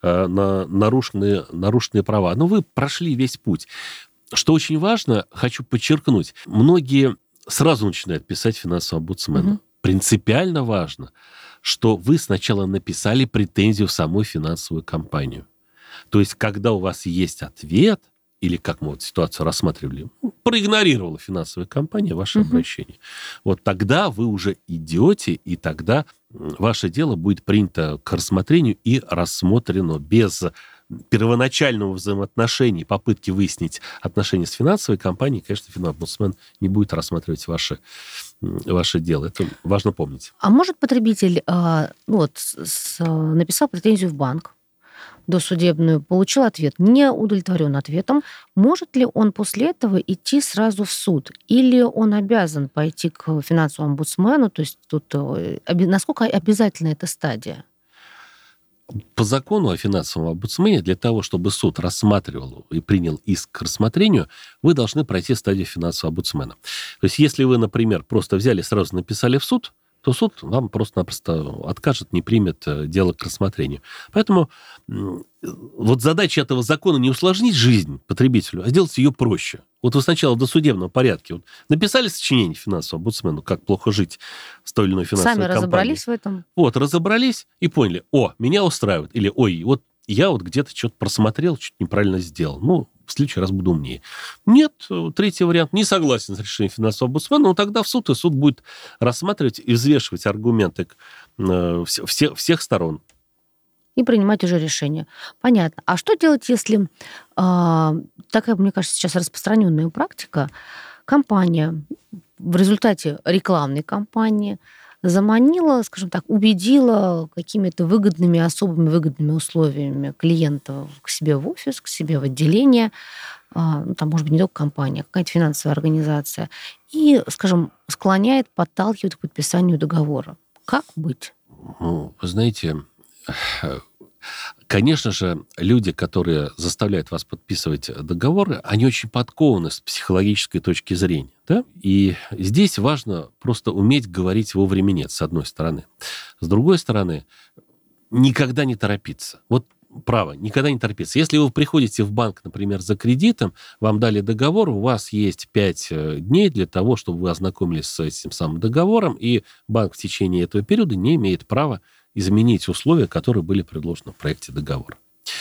нарушенные права. Но вы прошли весь путь. Что очень важно, хочу подчеркнуть, многие сразу начинают писать финансовому омбудсмену. Принципиально важно, что вы сначала написали претензию в саму финансовую компанию. То есть, когда у вас есть ответ, или как мы ситуацию рассматривали, проигнорировала финансовая компания ваше обращение. Тогда вы уже идете, и тогда ваше дело будет принято к рассмотрению и рассмотрено без первоначального взаимоотношения, попытки выяснить отношения с финансовой компанией. Конечно, финансовый не будет рассматривать ваше дело. Это важно помнить. А может потребитель написал претензию в банк, досудебную, получил ответ, не удовлетворен ответом, может ли он после этого идти сразу в суд? Или он обязан пойти к финансовому омбудсмену? То есть тут насколько обязательна эта стадия? По закону о финансовом омбудсмене для того, чтобы суд рассматривал и принял иск к рассмотрению, вы должны пройти стадию финансового омбудсмена. То есть если вы, например, просто взяли сразу написали в суд, то суд вам просто-напросто откажет, не примет дело к рассмотрению. Поэтому задача этого закона не усложнить жизнь потребителю, а сделать ее проще. Вы сначала в досудебном порядке написали сочинение финансовому омбудсмену, как плохо жить с той или иной финансовой компанией. Сами разобрались в этом? Разобрались и поняли, меня устраивает. Или, я где-то что-то просмотрел, что-то неправильно сделал. В следующий раз буду умнее. Нет, третий вариант, не согласен с решением финансового омбудсмена, тогда в суд, и суд будет рассматривать и взвешивать аргументы всех сторон. И принимать уже решение. Понятно. А что делать, если такая, мне кажется, сейчас распространенная практика, компания в результате рекламной кампании заманила, скажем так, убедила какими-то особыми выгодными условиями клиентов к себе в офис, к себе в отделение, там, может быть, не только компания, а какая-то финансовая организация, и, скажем, склоняет, подталкивает к подписанию договора. Как быть? Вы знаете, конечно же, люди, которые заставляют вас подписывать договоры, они очень подкованы с психологической точки зрения. Да? И здесь важно просто уметь говорить вовремя «нет», с одной стороны. С другой стороны, никогда не торопиться. Право, никогда не торопиться. Если вы приходите в банк, например, за кредитом, вам дали договор, у вас есть 5 дней для того, чтобы вы ознакомились с этим самым договором, и банк в течение этого периода не имеет права изменить условия, которые были предложены в проекте договора.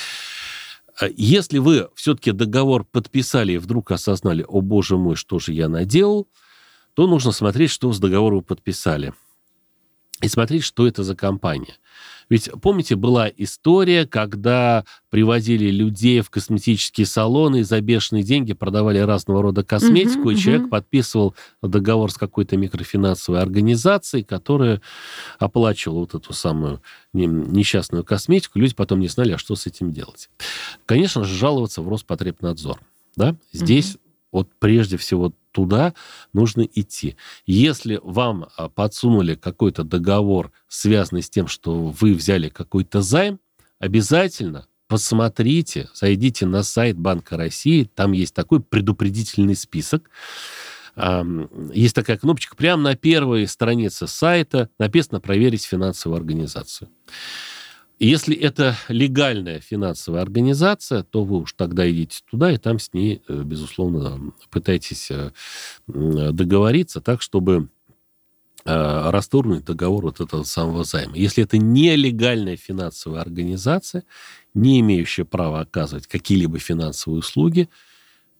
Если вы все-таки договор подписали и вдруг осознали, о боже мой, что же я наделал, то нужно смотреть, что с договором вы подписали. И смотреть, что это за компания. Ведь, помните, была история, когда привозили людей в косметические салоны и за бешеные деньги продавали разного рода косметику, и человек подписывал договор с какой-то микрофинансовой организацией, которая оплачивала эту самую несчастную косметику. Люди потом не знали, а что с этим делать. Конечно же, жаловаться в Роспотребнадзор. Да? Здесь прежде всего туда нужно идти. Если вам подсунули какой-то договор, связанный с тем, что вы взяли какой-то займ, обязательно посмотрите, зайдите на сайт Банка России, там есть такой предупредительный список. Есть такая кнопочка прямо на первой странице сайта, написано «Проверить финансовую организацию». Если это легальная финансовая организация, то вы уж тогда идите туда, и там с ней, безусловно, пытайтесь договориться так, чтобы расторгнуть договор этого самого займа. Если это нелегальная финансовая организация, не имеющая права оказывать какие-либо финансовые услуги,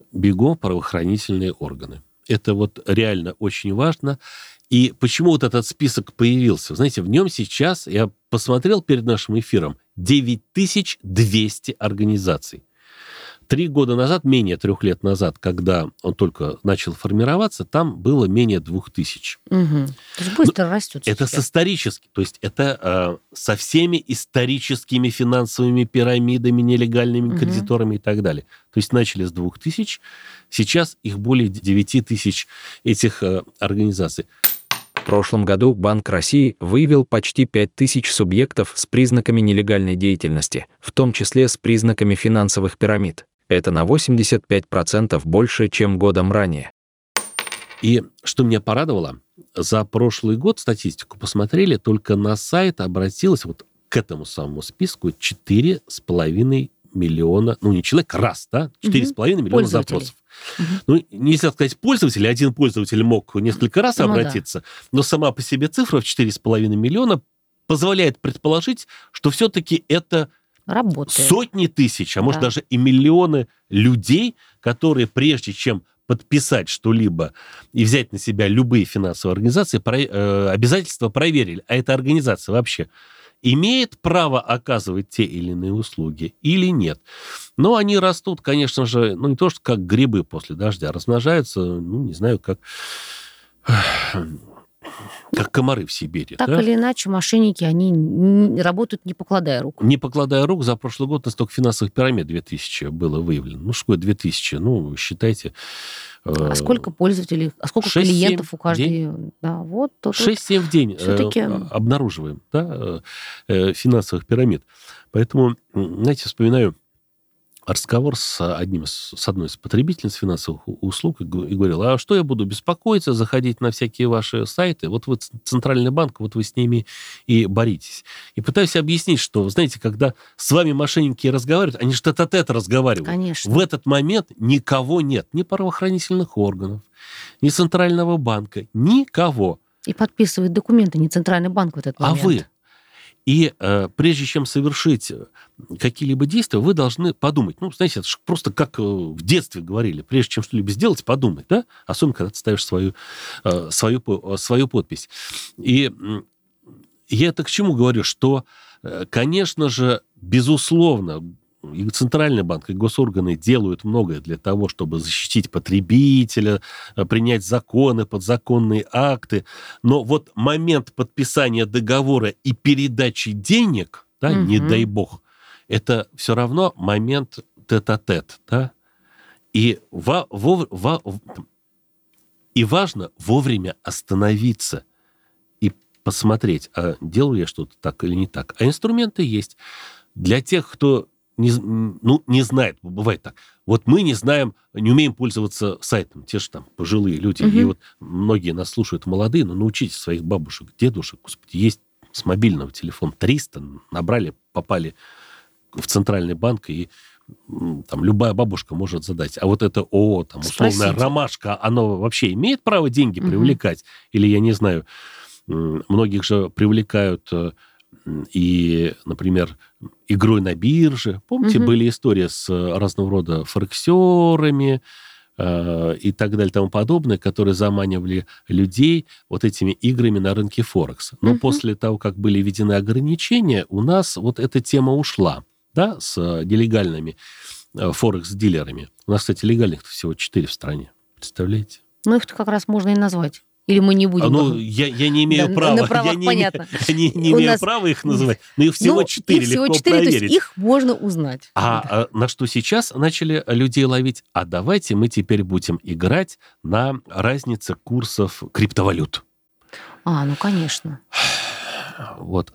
бегом в правоохранительные органы. Это вот реально очень важно. И почему вот этот список появился? Знаете, в нем сейчас, я посмотрел перед нашим эфиром, 9200 организаций. 3 года назад, менее 3 лет назад, когда он только начал формироваться, там было менее 2000. Угу. То есть быстро растет. Это сейчас. исторически, то есть это со всеми историческими финансовыми пирамидами, нелегальными кредиторами и так далее. То есть начали с 2000, сейчас их более 9000 этих организаций. В прошлом году Банк России выявил почти 5000 субъектов с признаками нелегальной деятельности, в том числе с признаками финансовых пирамид. Это на 85% больше, чем годом ранее. И что меня порадовало, за прошлый год статистику посмотрели, только на сайт обратилось вот к этому самому списку 4,5 миллиона, ну не человек, раз, да, 4,5 миллиона запросов. Ну, нельзя сказать пользователи, один пользователь мог несколько раз обратиться, но сама по себе цифра в 4,5 миллиона позволяет предположить, что все-таки это работает. Сотни тысяч, а может даже и миллионы людей, которые прежде чем подписать что-либо и взять на себя любые финансовые организации, обязательства проверили, а эта организация вообще имеет право оказывать те или иные услуги или нет. Но они растут, конечно же, ну не то, что как грибы после дождя, размножаются, ну не знаю, как комары в Сибири. Так или иначе, мошенники, они работают, не покладая рук. Не покладая рук, за прошлый год на столько финансовых пирамид 2000 было выявлено. Ну, что такое 2000? Ну, считайте... А сколько пользователей, а сколько клиентов у каждой? Да, вот, 6-7 в день обнаруживаем, да, финансовых пирамид. Поэтому, знаете, вспоминаю разговор с одной из потребительниц финансовых услуг и говорил, а что я буду беспокоиться, заходить на всякие ваши сайты, вот вы Центральный банк, вот вы с ними и боритесь. И пытаюсь объяснить, что, знаете, когда с вами мошенники разговаривают, они же тет-а-тет разговаривают. Конечно. В этот момент никого нет, ни правоохранительных органов, ни Центрального банка, никого. И подписывает документы не Центральный банк в этот момент. А вы? И прежде чем совершить какие-либо действия, вы должны подумать. Ну, знаете, это же просто как в детстве говорили. Прежде чем что-либо сделать, подумать, да? Особенно, когда ты ставишь свою подпись. И я это к чему говорю? Что, конечно же, безусловно, и Центральный банк, и госорганы делают многое для того, чтобы защитить потребителя, принять законы, подзаконные акты. Но вот момент подписания договора и передачи денег, да, не дай бог, это все равно момент тет-а-тет. Да? И важно вовремя остановиться и посмотреть, а делаю я что-то так или не так. А инструменты есть. Для тех, кто не знает, бывает так. Вот мы не знаем, не умеем пользоваться сайтом, те же там пожилые люди. И вот многие нас слушают молодые, но научите своих бабушек, дедушек, господи, есть с мобильного телефона 300, набрали, попали в Центральный банк, и там любая бабушка может задать. А вот это ООО, там, условная ромашка, оно вообще имеет право деньги привлекать? Или, я не знаю, многих же привлекают... И, например, игрой на бирже. Помните, были истории с разного рода форексерами и так далее, тому подобное, которые заманивали людей вот этими играми на рынке Форекс. Но после того, как были введены ограничения, у нас вот эта тема ушла, да, с нелегальными Форекс-дилерами. У нас, кстати, легальных всего 4 в стране. Представляете? Ну, их как раз можно и назвать. Или мы не будем? Ну, я не имею права. На правах понятно. Я не имею права их называть. Но их всего 4, всего легко 4, проверить. то есть их можно узнать. На что сейчас начали людей ловить? А давайте мы теперь будем играть на разнице курсов криптовалют. Ну, конечно. Вот.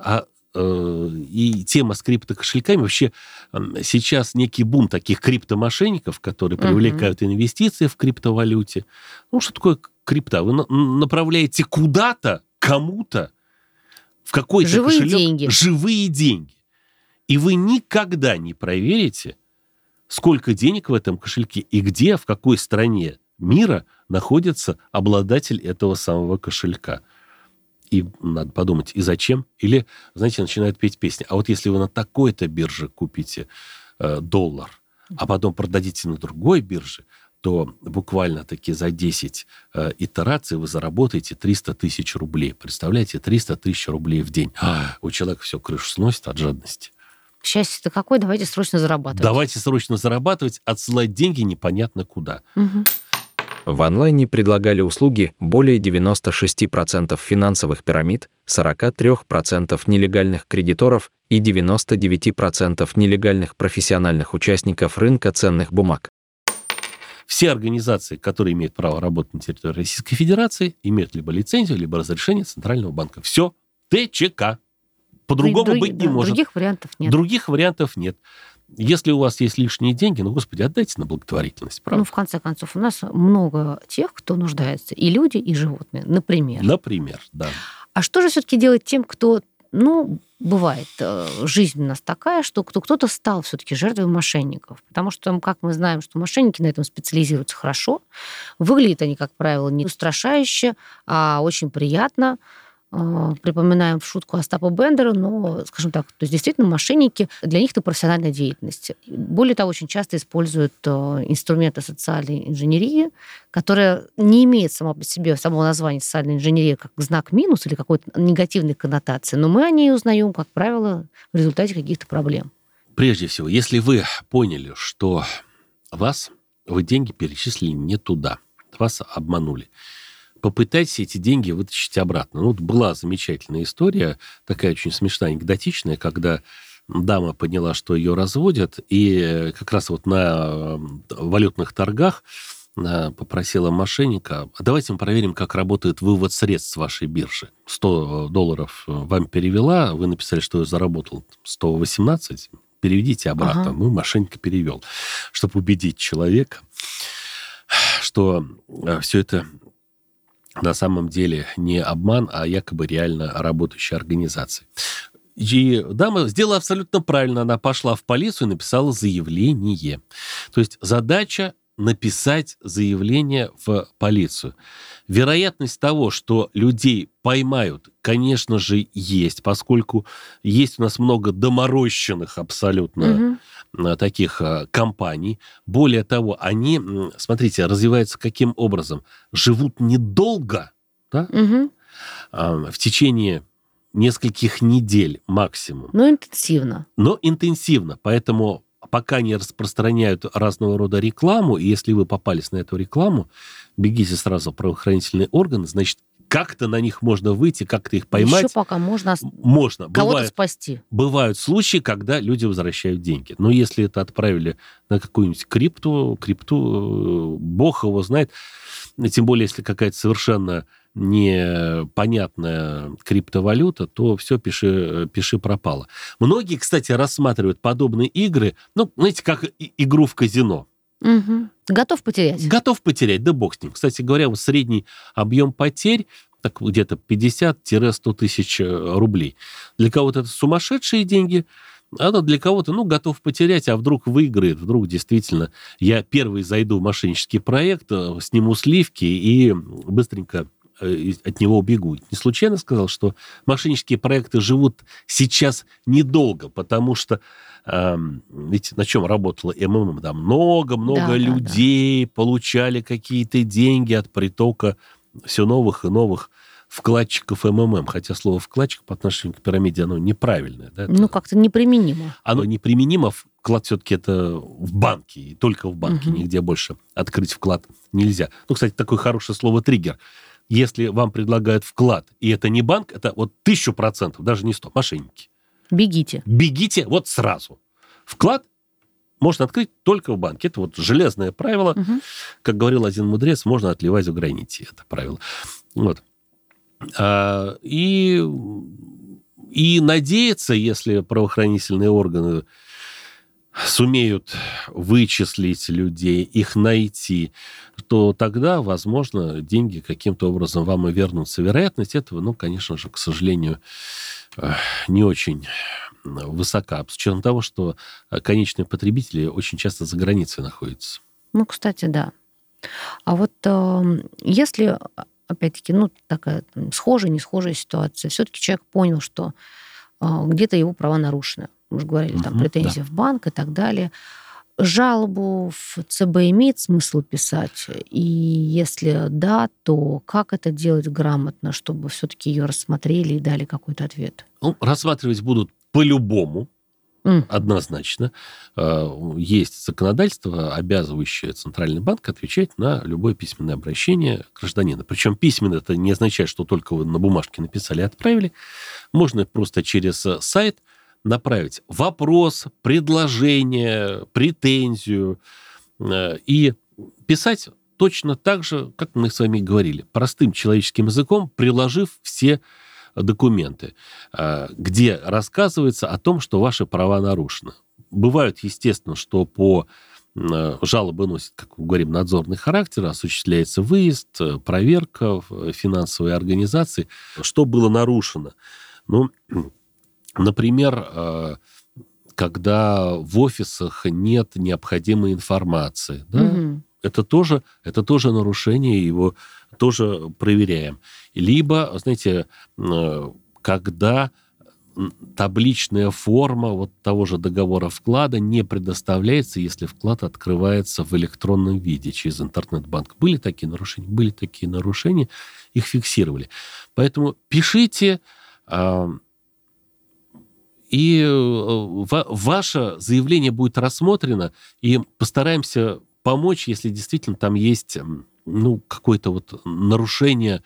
И тема с криптокошельками, вообще сейчас некий бум таких криптомошенников, которые привлекают инвестиции в криптовалюте. Ну, что такое крипта? Вы направляете куда-то, кому-то, в какой-то живые кошелек деньги. Живые деньги. И вы никогда не проверите, сколько денег в этом кошельке и где, в какой стране мира находится обладатель этого самого кошелька. И надо подумать, и зачем? Или, знаете, начинают петь песни. А вот если вы на такой-то бирже купите доллар, а потом продадите на другой бирже, то буквально-таки за 10 итераций вы заработаете 300 тысяч рублей. Представляете, 300 тысяч рублей в день. У человека все крышу сносит от жадности. Счастье-то какое? Давайте срочно зарабатывать. Давайте срочно зарабатывать, отсылать деньги непонятно куда. Мгм. В онлайне предлагали услуги более 96% финансовых пирамид, 43% нелегальных кредиторов и 99% нелегальных профессиональных участников рынка ценных бумаг. Все организации, которые имеют право работать на территории Российской Федерации, имеют либо лицензию, либо разрешение Центрального банка. Все. ТЧК. По-другому быть не может. Других вариантов нет. Других вариантов нет. Если у вас есть лишние деньги, ну, господи, отдайте на благотворительность, правда? Ну, в конце концов, у нас много тех, кто нуждается. И люди, и животные, например. Например, да. А что же все-таки делать тем, кто, ну, бывает, жизнь у нас такая, что кто-то стал все-таки жертвой мошенников. Потому что, как мы знаем, что мошенники на этом специализируются хорошо. Выглядят они, как правило, не устрашающе, а очень приятно. Припоминаем в шутку Остапа Бендера, но, скажем так, то есть действительно мошенники, для них это профессиональная деятельность. Более того, очень часто используют инструменты социальной инженерии, которая не имеет сама по себе самого названия социальной инженерии как знак минус или какой-то негативной коннотации, но мы о ней узнаем, как правило, в результате каких-то проблем. Прежде всего, если вы поняли, что вы деньги перечислили не туда, вас обманули, попытайтесь эти деньги вытащить обратно. Ну, вот была замечательная история, такая очень смешная, анекдотичная, когда дама поняла, что ее разводят, и как раз вот на валютных торгах попросила мошенника: а давайте мы проверим, как работает вывод средств с вашей биржи. $100 вам перевела, вы написали, что я заработал 118, переведите обратно. Ага. Ну, мошенник перевел, чтобы убедить человека, что все это на самом деле не обман, а якобы реально работающая организация. И дама сделала абсолютно правильно. Она пошла в полицию и написала заявление. То есть задача написать заявление в полицию. Вероятность того, что людей поймают, конечно же, есть, поскольку есть у нас много доморощенных абсолютно таких компаний. Более того, они, смотрите, развиваются каким образом? Живут недолго, да? В течение нескольких недель максимум. Но интенсивно. Но интенсивно. Поэтому пока не распространяют разного рода рекламу, и если вы попались на эту рекламу, бегите сразу в правоохранительные органы, значит, как-то на них можно выйти, как-то их поймать. Еще пока можно кого-то спасти. Бывают случаи, когда люди возвращают деньги. Но если это отправили на какую-нибудь крипту, бог его знает, тем более, если какая-то совершенно непонятная криптовалюта, то все, пиши пропало. Многие, кстати, рассматривают подобные игры, ну, знаете, как игру в казино. Угу. Готов потерять? Готов потерять, да бог с ним. Кстати говоря, вот средний объем потерь так где-то 50-100 тысяч рублей. Для кого-то это сумасшедшие деньги, а для кого-то, готов потерять, а вдруг выиграет, вдруг действительно я первый зайду в мошеннический проект, сниму сливки и быстренько от него убегу. Не случайно сказал, что мошеннические проекты живут сейчас недолго, потому что ведь на чем работала МММ? Да, много людей получали какие-то деньги от притока все новых и новых вкладчиков МММ. Хотя слово «вкладчик» по отношению к пирамиде, оно неправильное. Да? Как-то неприменимо. Оно неприменимо. Вклад все-таки это в банке, и только в банке, нигде больше открыть вклад нельзя. Кстати, такое хорошее слово «триггер». Если вам предлагают вклад, и это не банк, это вот 1000%, даже не 100%, мошенники. Бегите. Бегите вот сразу. Вклад можно открыть только в банке. Это вот железное правило. Как говорил один мудрец, можно отливать в граните. Это правило. Вот. И надеяться, если правоохранительные органы сумеют вычислить людей, их найти, то тогда, возможно, деньги каким-то образом вам и вернутся. Вероятность этого, конечно же, к сожалению, не очень высока, с учетом того, что конечные потребители очень часто за границей находятся. Кстати, да. А вот если, опять-таки, такая схожая, не схожая ситуация, все-таки человек понял, что где-то его права нарушены. Мы уже говорили, там претензии в банк и так далее. Жалобу в ЦБ имеет смысл писать? И если да, то как это делать грамотно, чтобы все-таки ее рассмотрели и дали какой-то ответ? Ну, рассматривать будут по-любому, М. однозначно. Есть законодательство, обязывающее Центральный банк отвечать на любое письменное обращение гражданина. Причем письменно это не означает, что только вы на бумажке написали и отправили. Можно просто через сайт направить вопрос, предложение, претензию и писать точно так же, как мы с вами говорили, простым человеческим языком, приложив все документы, где рассказывается о том, что ваши права нарушены. Бывает, естественно, что по жалобы носит, как мы говорим, надзорный характер, осуществляется выезд, проверка в финансовой организации. Что было нарушено? Ну, например, когда в офисах нет необходимой информации, да, Мгм. это тоже нарушение, его тоже проверяем. Либо, знаете, когда табличная форма вот того же договора вклада не предоставляется, если вклад открывается в электронном виде через интернет-банк. Были такие нарушения? Были такие нарушения, их фиксировали. Поэтому пишите, и ваше заявление будет рассмотрено, и постараемся помочь, если действительно там есть какое-то вот нарушение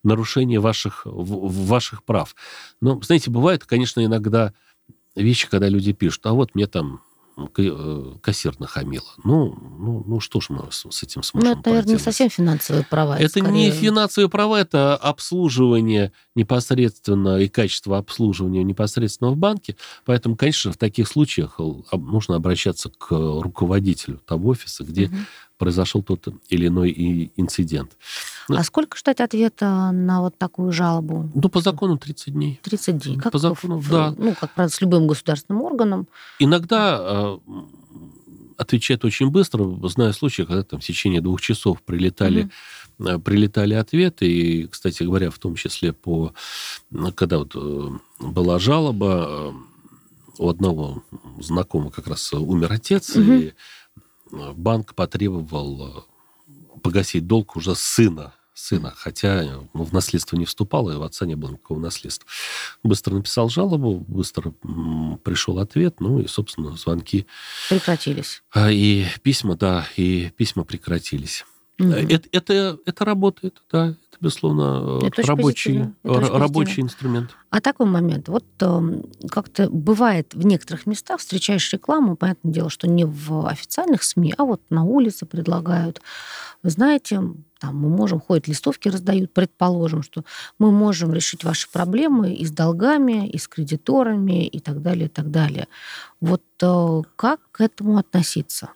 ваших прав. Но, знаете, бывают, конечно, иногда вещи, когда люди пишут, а вот мне там кассир нахамила. Ну, что ж мы с этим Ну, сможем это, наверное, не поделать? совсем финансовые права. Это не скорее- финансовые права, это обслуживание непосредственно и качество обслуживания непосредственно в банке. Поэтому, конечно, в таких случаях нужно обращаться к руководителю того офиса, где Мгм. произошел тот или иной инцидент. А сколько ждать ответа на вот такую жалобу? Ну, по закону 30 дней. 30 дней. Как По закону, да. Ну, как правило, с любым государственным органом. Иногда отвечает очень быстро. Знаю случаи, когда там в течение 2 часов прилетали ответы. И, кстати говоря, в том числе когда вот была жалоба, у одного знакомого как раз умер отец, и банк потребовал погасить долг уже сына, хотя в наследство не вступало, и у отца не было никакого наследства. Быстро написал жалобу, быстро пришел ответ, ну и, собственно, звонки Прекратились. и письма прекратились. Мгм. Это работает, да, это, безусловно, Это очень позитивно. Это очень рабочий позитивно. инструмент. А такой момент. Вот как-то бывает в некоторых местах, встречаешь рекламу, понятное дело, что не в официальных СМИ, а вот на улице предлагают. Вы знаете, там мы можем, ходят листовки раздают, предположим, что мы можем решить ваши проблемы и с долгами, и с кредиторами, и так далее, и так далее. Вот как к этому относиться?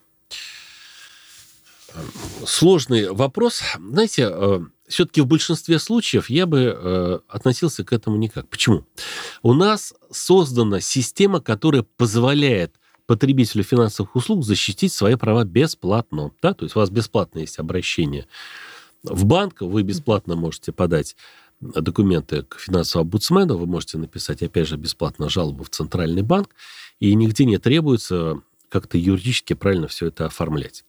Сложный вопрос. Знаете, все-таки в большинстве случаев я бы относился к этому никак. Почему? У нас создана система, которая позволяет потребителю финансовых услуг защитить свои права бесплатно. Да? То есть у вас бесплатно есть обращение в банк, вы бесплатно можете подать документы к финансовому омбудсмену, вы можете написать, опять же, бесплатно жалобу в Центральный банк, и нигде не требуется как-то юридически правильно все это оформлять.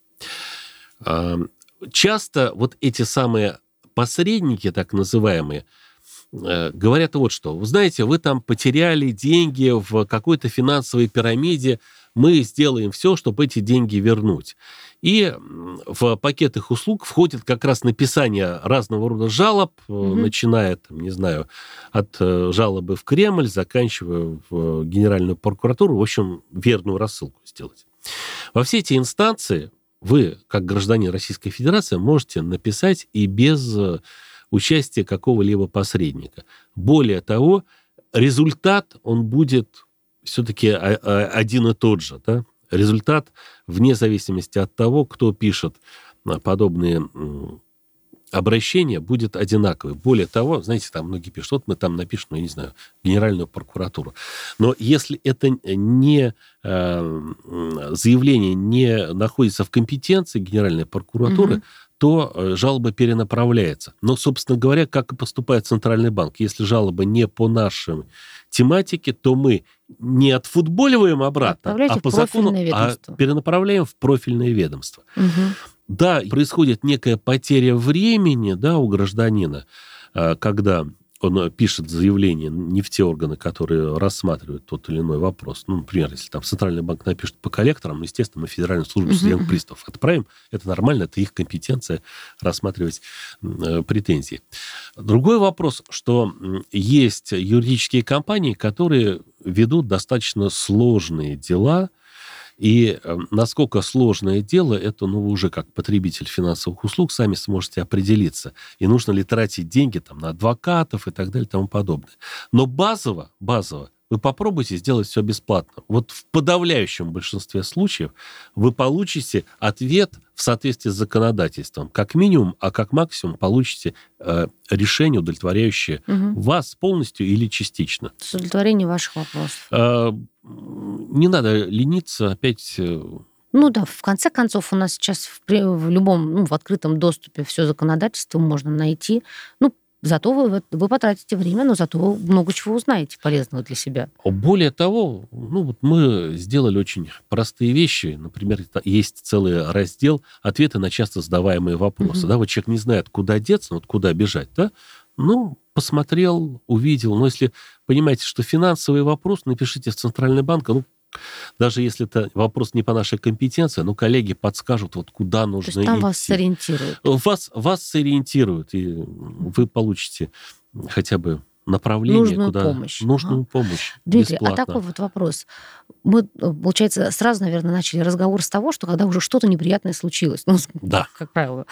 Часто вот эти самые посредники, так называемые, говорят вот что. Вы знаете, вы там потеряли деньги в какой-то финансовой пирамиде, мы сделаем все, чтобы эти деньги вернуть. И в пакет их услуг входит как раз написание разного рода жалоб, начиная, там, не знаю, от жалобы в Кремль, заканчивая в Генеральную прокуратуру, в общем, верную рассылку сделать. Во все эти инстанции вы, как гражданин Российской Федерации, можете написать и без участия какого-либо посредника. Более того, результат, он будет все-таки один и тот же. Да? Результат, вне зависимости от того, кто пишет подобные обращения, будет одинаковый. Более того, знаете, там многие пишут, вот мы там напишем, ну, я не знаю, Генеральную прокуратуру. Но если это не заявление не находится в компетенции Генеральной прокуратуры, то жалоба перенаправляется. Но, собственно говоря, как и поступает Центральный банк. Если жалоба не по нашей тематике, то мы не отфутболиваем обратно, Отправляйте а по в профильное закону ведомство. перенаправляем в профильное ведомство. Мгм. Да, происходит некая потеря времени, да, у гражданина, когда он пишет заявление не в те органы, которые рассматривают тот или иной вопрос. Ну, например, если там Центральный банк напишет по коллекторам, ну, естественно, мы в Федеральную службу судебных приставов отправим. Это нормально, это их компетенция рассматривать претензии. Другой вопрос, что есть юридические компании, которые ведут достаточно сложные дела. И насколько сложное дело, это, ну, вы уже как потребитель финансовых услуг сами сможете определиться. И нужно ли тратить деньги там, на адвокатов и так далее и тому подобное. Но базово, вы попробуйте сделать все бесплатно. Вот в подавляющем большинстве случаев вы получите ответ в соответствии с законодательством. Как минимум, а как максимум получите решение, удовлетворяющее вас полностью или частично. С удовлетворением ваших вопросов. Не надо лениться опять... Ну да, в конце концов, у нас сейчас в любом, ну, в открытом доступе все законодательство можно найти. Ну, зато вы потратите время, но зато много чего узнаете полезного для себя. Более того, ну, вот мы сделали очень простые вещи. Например, есть целый раздел «Ответы на часто задаваемые вопросы». Да, вот человек не знает, куда деться, вот куда бежать, да? Ну, посмотрел, увидел. Но если понимаете, что финансовый вопрос, напишите в Центральный банк. Ну, даже если это вопрос не по нашей компетенции, но коллеги подскажут, вот куда нужно идти. То есть там вас сориентируют. Вас сориентируют, и вы получите хотя бы направление, Нужную куда... помощь. Нужную помощь. Дмитрий, бесплатно. а такой вот вопрос. Мы, получается, сразу, наверное, начали разговор с того, что когда уже что-то неприятное случилось, ну, Да. как правило,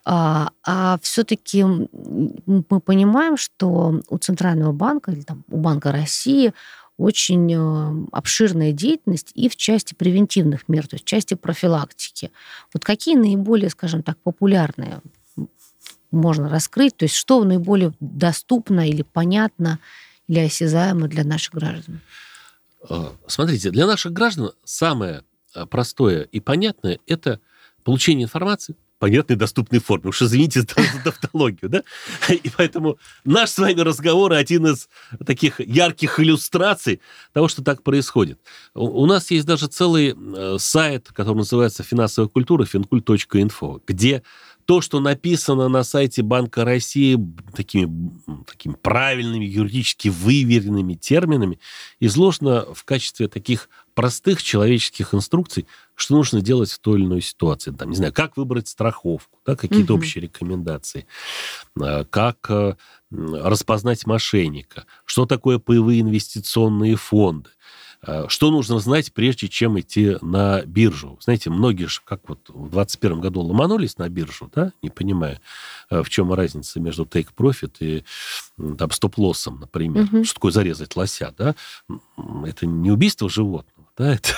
все-таки мы понимаем, что у Центрального банка или там, у Банка России очень обширная деятельность и в части превентивных мер, то есть в части профилактики. Вот какие наиболее, скажем так, популярные можно раскрыть? То есть что наиболее доступно или понятно, или осязаемо для наших граждан? Смотрите, для наших граждан самое простое и понятное – это получение информации в понятной, доступной форме. Уж извините за тавтологию, да? И поэтому наш с вами разговор один из таких ярких иллюстраций того, что так происходит. У нас есть даже целый сайт, который называется «Финансовая культура», fincult.info, где то, что написано на сайте Банка России такими правильными, юридически выверенными терминами, изложено в качестве таких простых человеческих инструкций, что нужно делать в той или иной ситуации. Там, не знаю, как выбрать страховку, да, какие-то общие рекомендации, как распознать мошенника, что такое паевые инвестиционные фонды, что нужно знать, прежде чем идти на биржу. Знаете, многие же, как вот в 2021 году ломанулись на биржу, да, не понимая, в чем разница между take-profit и там, стоп-лоссом, например. Что такое зарезать лося, да? Это не убийство животного, да, это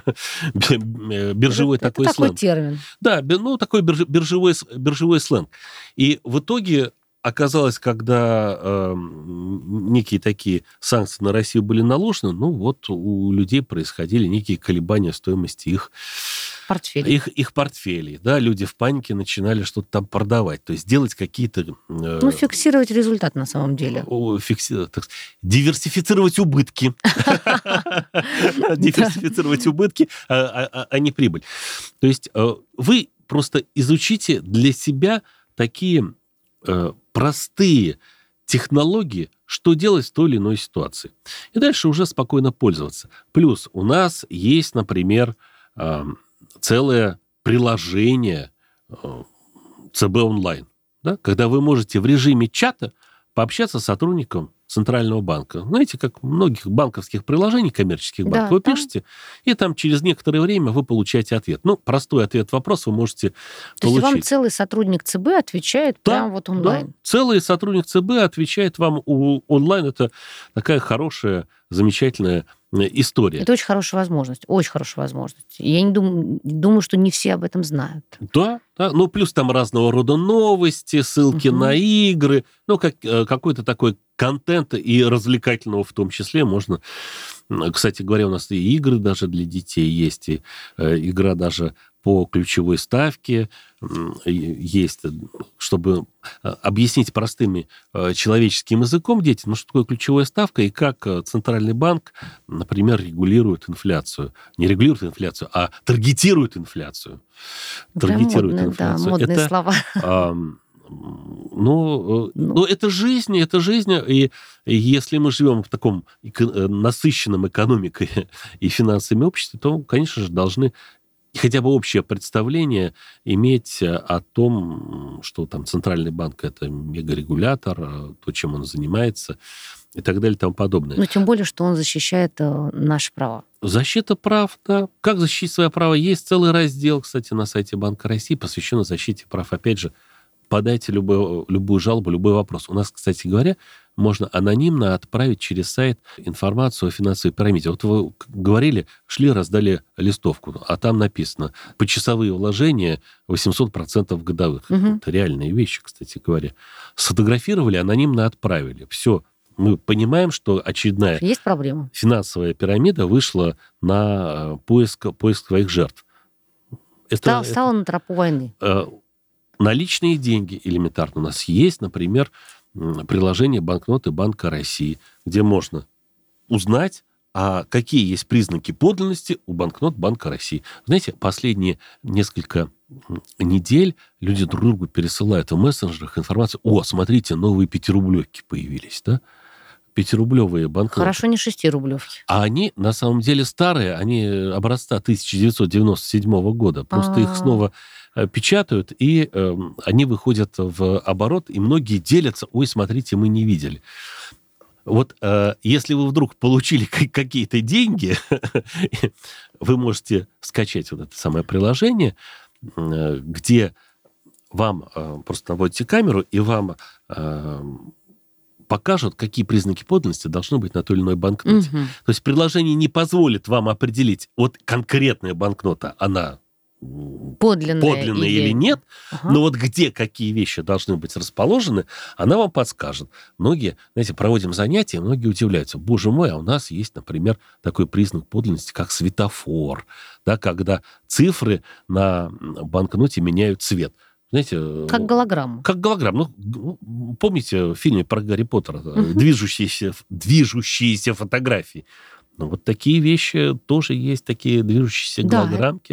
биржевой такой это сленг. такой термин. Да, ну, такой биржевой сленг. И в итоге оказалось, когда некие такие санкции на Россию были наложены, ну вот у людей происходили некие колебания стоимости их портфелей. Да, люди в панике начинали что-то там продавать. То есть делать какие-то... Ну, фиксировать результат на самом деле. Диверсифицировать убытки. Диверсифицировать убытки, а не прибыль. То есть вы просто изучите для себя такие простые технологии, что делать в той или иной ситуации. И дальше уже спокойно пользоваться. Плюс у нас есть, например, целое приложение ЦБ онлайн, да, когда вы можете в режиме чата пообщаться с сотрудником Центрального банка. Знаете, как в многих банковских приложениях, коммерческих банков, вы пишете, и там через некоторое время вы получаете ответ. Ну, простой ответ-вопрос вы можете получить. То есть вам целый сотрудник ЦБ отвечает прямо вот онлайн? Да, целый сотрудник ЦБ отвечает вам онлайн. Это такая хорошая, замечательная история. Это очень хорошая возможность, очень хорошая возможность. Я не думаю, что не все об этом знают. Да. Ну, плюс там разного рода новости, ссылки на игры, ну, какой-то такой контент и развлекательного в том числе можно... Кстати говоря, у нас и игры даже для детей есть, и игра даже по ключевой ставке. Есть, чтобы объяснить простым человеческим языком детям, что такое ключевая ставка и как Центральный банк, например, регулирует инфляцию. Не регулирует инфляцию, а таргетирует инфляцию. Модные Это, слова. это жизнь, и если мы живем в таком насыщенном экономикой и финансовыми обществе, то, конечно же, должны хотя бы общее представление иметь о том, что там Центральный банк — это мегарегулятор, то, чем он занимается, и так далее, и тому подобное. Но тем более, что он защищает наши права. Защита прав, да. Как защитить свои права? Есть целый раздел, кстати, на сайте Банка России, посвященный защите прав. Опять же, подайте любую жалобу, любой вопрос. У нас, кстати говоря, можно анонимно отправить через сайт информацию о финансовой пирамиде. Вот вы говорили, шли, раздали листовку, а там написано: почасовые вложения 800% годовых. Это реальные вещи, кстати говоря. Сфотографировали, анонимно отправили. Все. Мы понимаем, что очередная Есть проблема. финансовая пирамида вышла на поиск своих жертв. Стала на тропу войны. Наличные деньги элементарно. У нас есть, например, приложение «Банкноты Банка России», где можно узнать, какие есть признаки подлинности у банкнот Банка России. Знаете, последние несколько недель люди друг другу пересылают в мессенджерах информацию: «О, смотрите, новые 5-рублевки появились», да? 5-рублевые банкноты. Хорошо, не 6-рублевки. А они, на самом деле, старые, они образца 1997 года. Просто их снова печатают, и они выходят в оборот, и многие делятся: «Ой, смотрите, мы не видели». Вот если вы вдруг получили какие-то деньги, вы можете скачать вот это самое приложение, где вам просто наводите камеру, и вам покажут, какие признаки подлинности должны быть на той или иной банкноте. То есть приложение не позволит вам определить, вот конкретная банкнота, она подлинная или нет, но вот где какие вещи должны быть расположены, она вам подскажет. Многие, знаете, проводим занятия, многие удивляются: боже мой, а у нас есть, например, такой признак подлинности, как светофор, да, когда цифры на банкноте меняют цвет. Знаете, как голограмма. Как голограмма. Ну, помните в фильме про Гарри Поттера движущиеся фотографии? Ну, вот такие вещи тоже есть, такие движущиеся голограммки.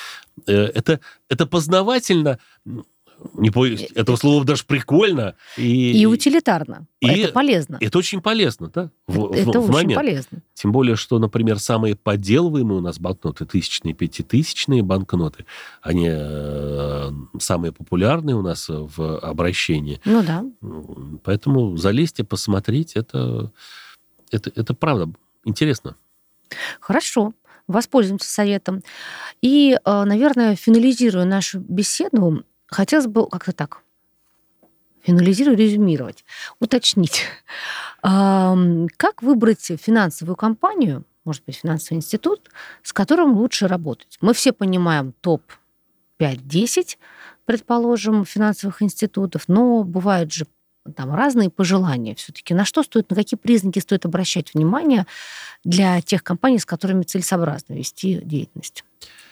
Это познавательно, не боюсь этого слова, даже прикольно. И утилитарно. Это полезно. Это очень полезно, да? Это очень момент. полезно. Тем более, что, например, самые подделываемые у нас банкноты, 1000-е, 5000-е банкноты, они самые популярные у нас в обращении. Ну да. Поэтому залезьте, посмотрите, это правда интересно. Хорошо. Воспользуемся советом. И, наверное, финализируя нашу беседу, хотелось бы как-то так резюмировать, уточнить. Как выбрать финансовую компанию, может быть, финансовый институт, с которым лучше работать? Мы все понимаем топ 5-10, предположим, финансовых институтов, но бывают же там разные пожелания все-таки. На какие признаки стоит обращать внимание для тех компаний, с которыми целесообразно вести деятельность?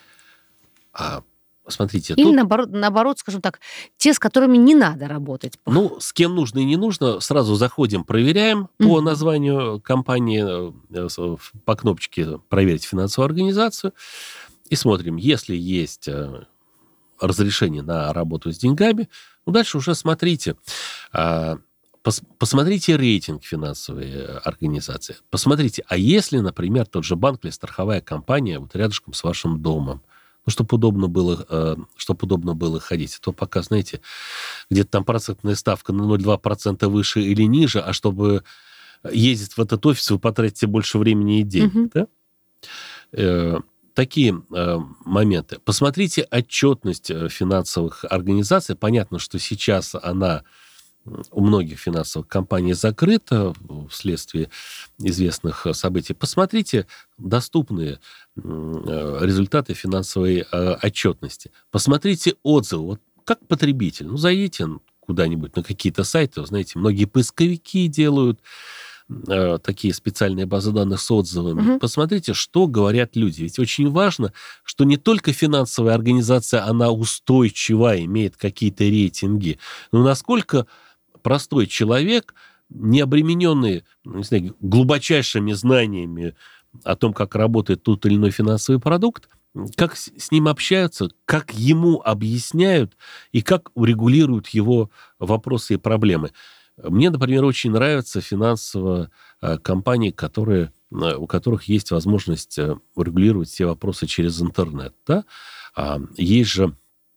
Смотрите, или наоборот, скажем так, те, с которыми не надо работать. Ну, с кем нужно и не нужно, сразу заходим, проверяем по названию компании, по кнопочке «Проверить финансовую организацию» и смотрим, если есть разрешение на работу с деньгами, дальше уже смотрите. Посмотрите рейтинг финансовой организации. Посмотрите, а если, например, тот же банк или страховая компания вот рядышком с вашим домом, чтобы удобно было ходить. А то пока, знаете, где-то там процентная ставка на 0,2% выше или ниже, а чтобы ездить в этот офис, вы потратите больше времени и денег. Да? Такие моменты. Посмотрите отчетность финансовых организаций. Понятно, что сейчас она у многих финансовых компаний закрыта вследствие известных событий. Посмотрите доступные результаты финансовой отчетности. Посмотрите отзывы. Вот как потребитель. Зайдите куда-нибудь на какие-то сайты. Знаете, многие поисковики делают такие специальные базы данных с отзывами. Посмотрите, что говорят люди. Ведь очень важно, что не только финансовая организация, она устойчива, имеет какие-то рейтинги, но насколько простой человек, не обремененный, не знаю, глубочайшими знаниями о том, как работает тот или иной финансовый продукт, как с ним общаются, как ему объясняют и как урегулируют его вопросы и проблемы. Мне, например, очень нравятся финансовые компании, у которых есть возможность урегулировать все вопросы через интернет. Да? Есть же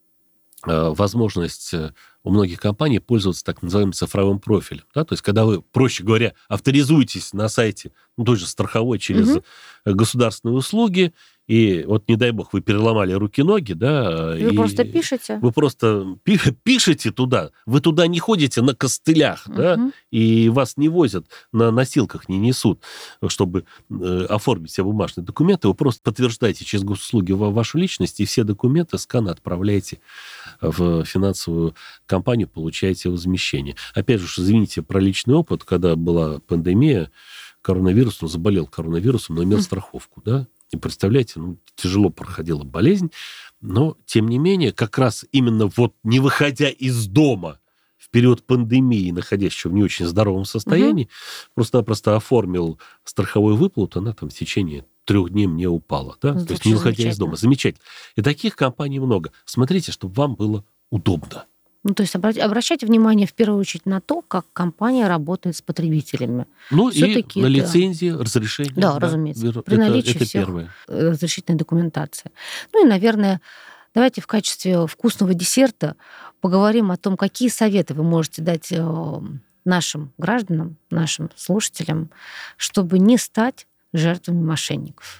возможность у многих компаний пользоваться так называемым цифровым профилем. Да? То есть, когда вы, проще говоря, авторизуетесь на сайте, той же страховой через государственные услуги, и вот, не дай бог, вы переломали руки-ноги, да... Вы просто пишете. Вы просто пишете туда. Вы туда не ходите на костылях, да, и вас не возят, на носилках не несут, чтобы оформить все бумажные документы. Вы просто подтверждаете через госуслуги вашу личность, и все документы, сканы отправляете в финансовую компанию, получаете возмещение. Опять же, извините про личный опыт, когда была пандемия, коронавирусом, заболел коронавирусом, но имел страховку, да. И представляете, тяжело проходила болезнь, но, тем не менее, как раз именно вот не выходя из дома в период пандемии, находясь еще в не очень здоровом состоянии, просто-напросто оформил страховую выплату, она там в течение 3 дней мне упала. Да? То есть не выходя из дома. Замечательно. И таких компаний много. Смотрите, чтобы вам было удобно. То есть обращайте внимание в первую очередь на то, как компания работает с потребителями. Всё-таки и на лицензии, разрешение. Да, разумеется. При наличии это всех первое. разрешительной документации. И, наверное, давайте в качестве вкусного десерта поговорим о том, какие советы вы можете дать нашим гражданам, нашим слушателям, чтобы не стать жертвами мошенников.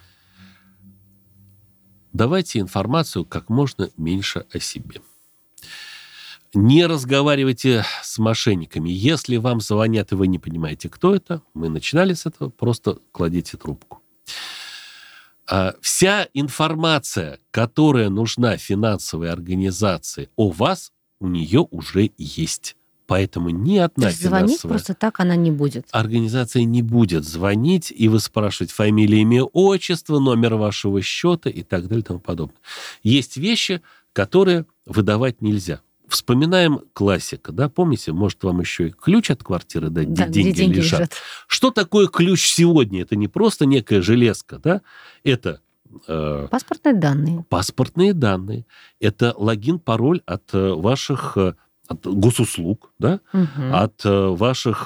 Давайте информацию как можно меньше о себе. Не разговаривайте с мошенниками. Если вам звонят, и вы не понимаете, кто это, мы начинали с этого, просто кладите трубку. Вся информация, которая нужна финансовой организации о вас, у нее уже есть. Поэтому ни одна звонить просто так она не будет. Организация не будет звонить, и вы спрашиваете фамилию, имя, отчество, номер вашего счета и так далее и тому подобное. Есть вещи, которые выдавать нельзя. Вспоминаем классика, да, помните, может, вам еще и ключ от квартиры дать, где деньги лежат. Что такое ключ сегодня? Это не просто некая железка, да, это... паспортные данные. Паспортные данные. Это логин, пароль от ваших от госуслуг, да, от ваших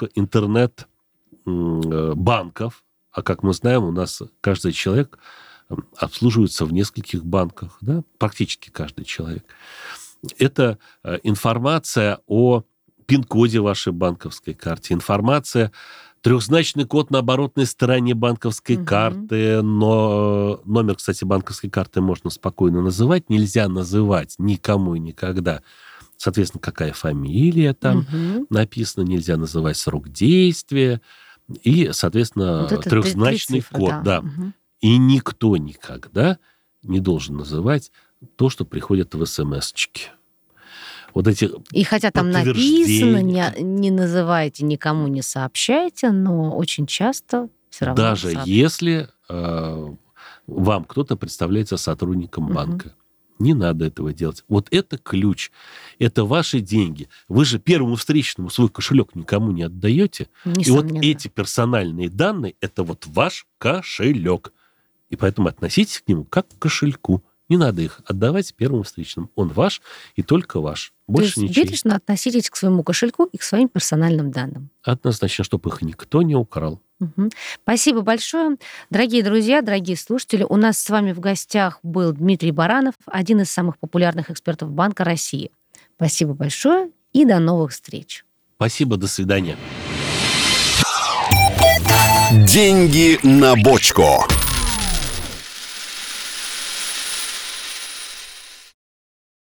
интернет-банков. А как мы знаем, у нас каждый человек обслуживается в нескольких банках, да, практически каждый человек. Это информация о пин-коде вашей банковской карты, информация, трехзначный код на оборотной стороне банковской карты, но номер, кстати, банковской карты можно спокойно называть, нельзя называть никому и никогда. Соответственно, какая фамилия там написана, нельзя называть срок действия и, соответственно, вот трехзначный код. Да. И никто никогда не должен называть то, что приходит в СМС-чике. Вот эти и хотя там написано, не называйте, никому не сообщайте, но очень часто все равно... Даже если вам кто-то представляется сотрудником банка. Не надо этого делать. Вот это ключ. Это ваши деньги. Вы же первому встречному свой кошелек никому не отдаете. И вот эти персональные данные – это вот ваш кошелек. И поэтому относитесь к нему как к кошельку. Не надо их отдавать первому встречному. Он ваш и только ваш. Больше ничего. Бережно относитесь к своему кошельку и к своим персональным данным. Однозначно, чтобы их никто не украл. Спасибо большое. Дорогие друзья, дорогие слушатели, у нас с вами в гостях был Дмитрий Баранов, один из самых популярных экспертов Банка России. Спасибо большое и до новых встреч. Спасибо, до свидания. Деньги на бочку.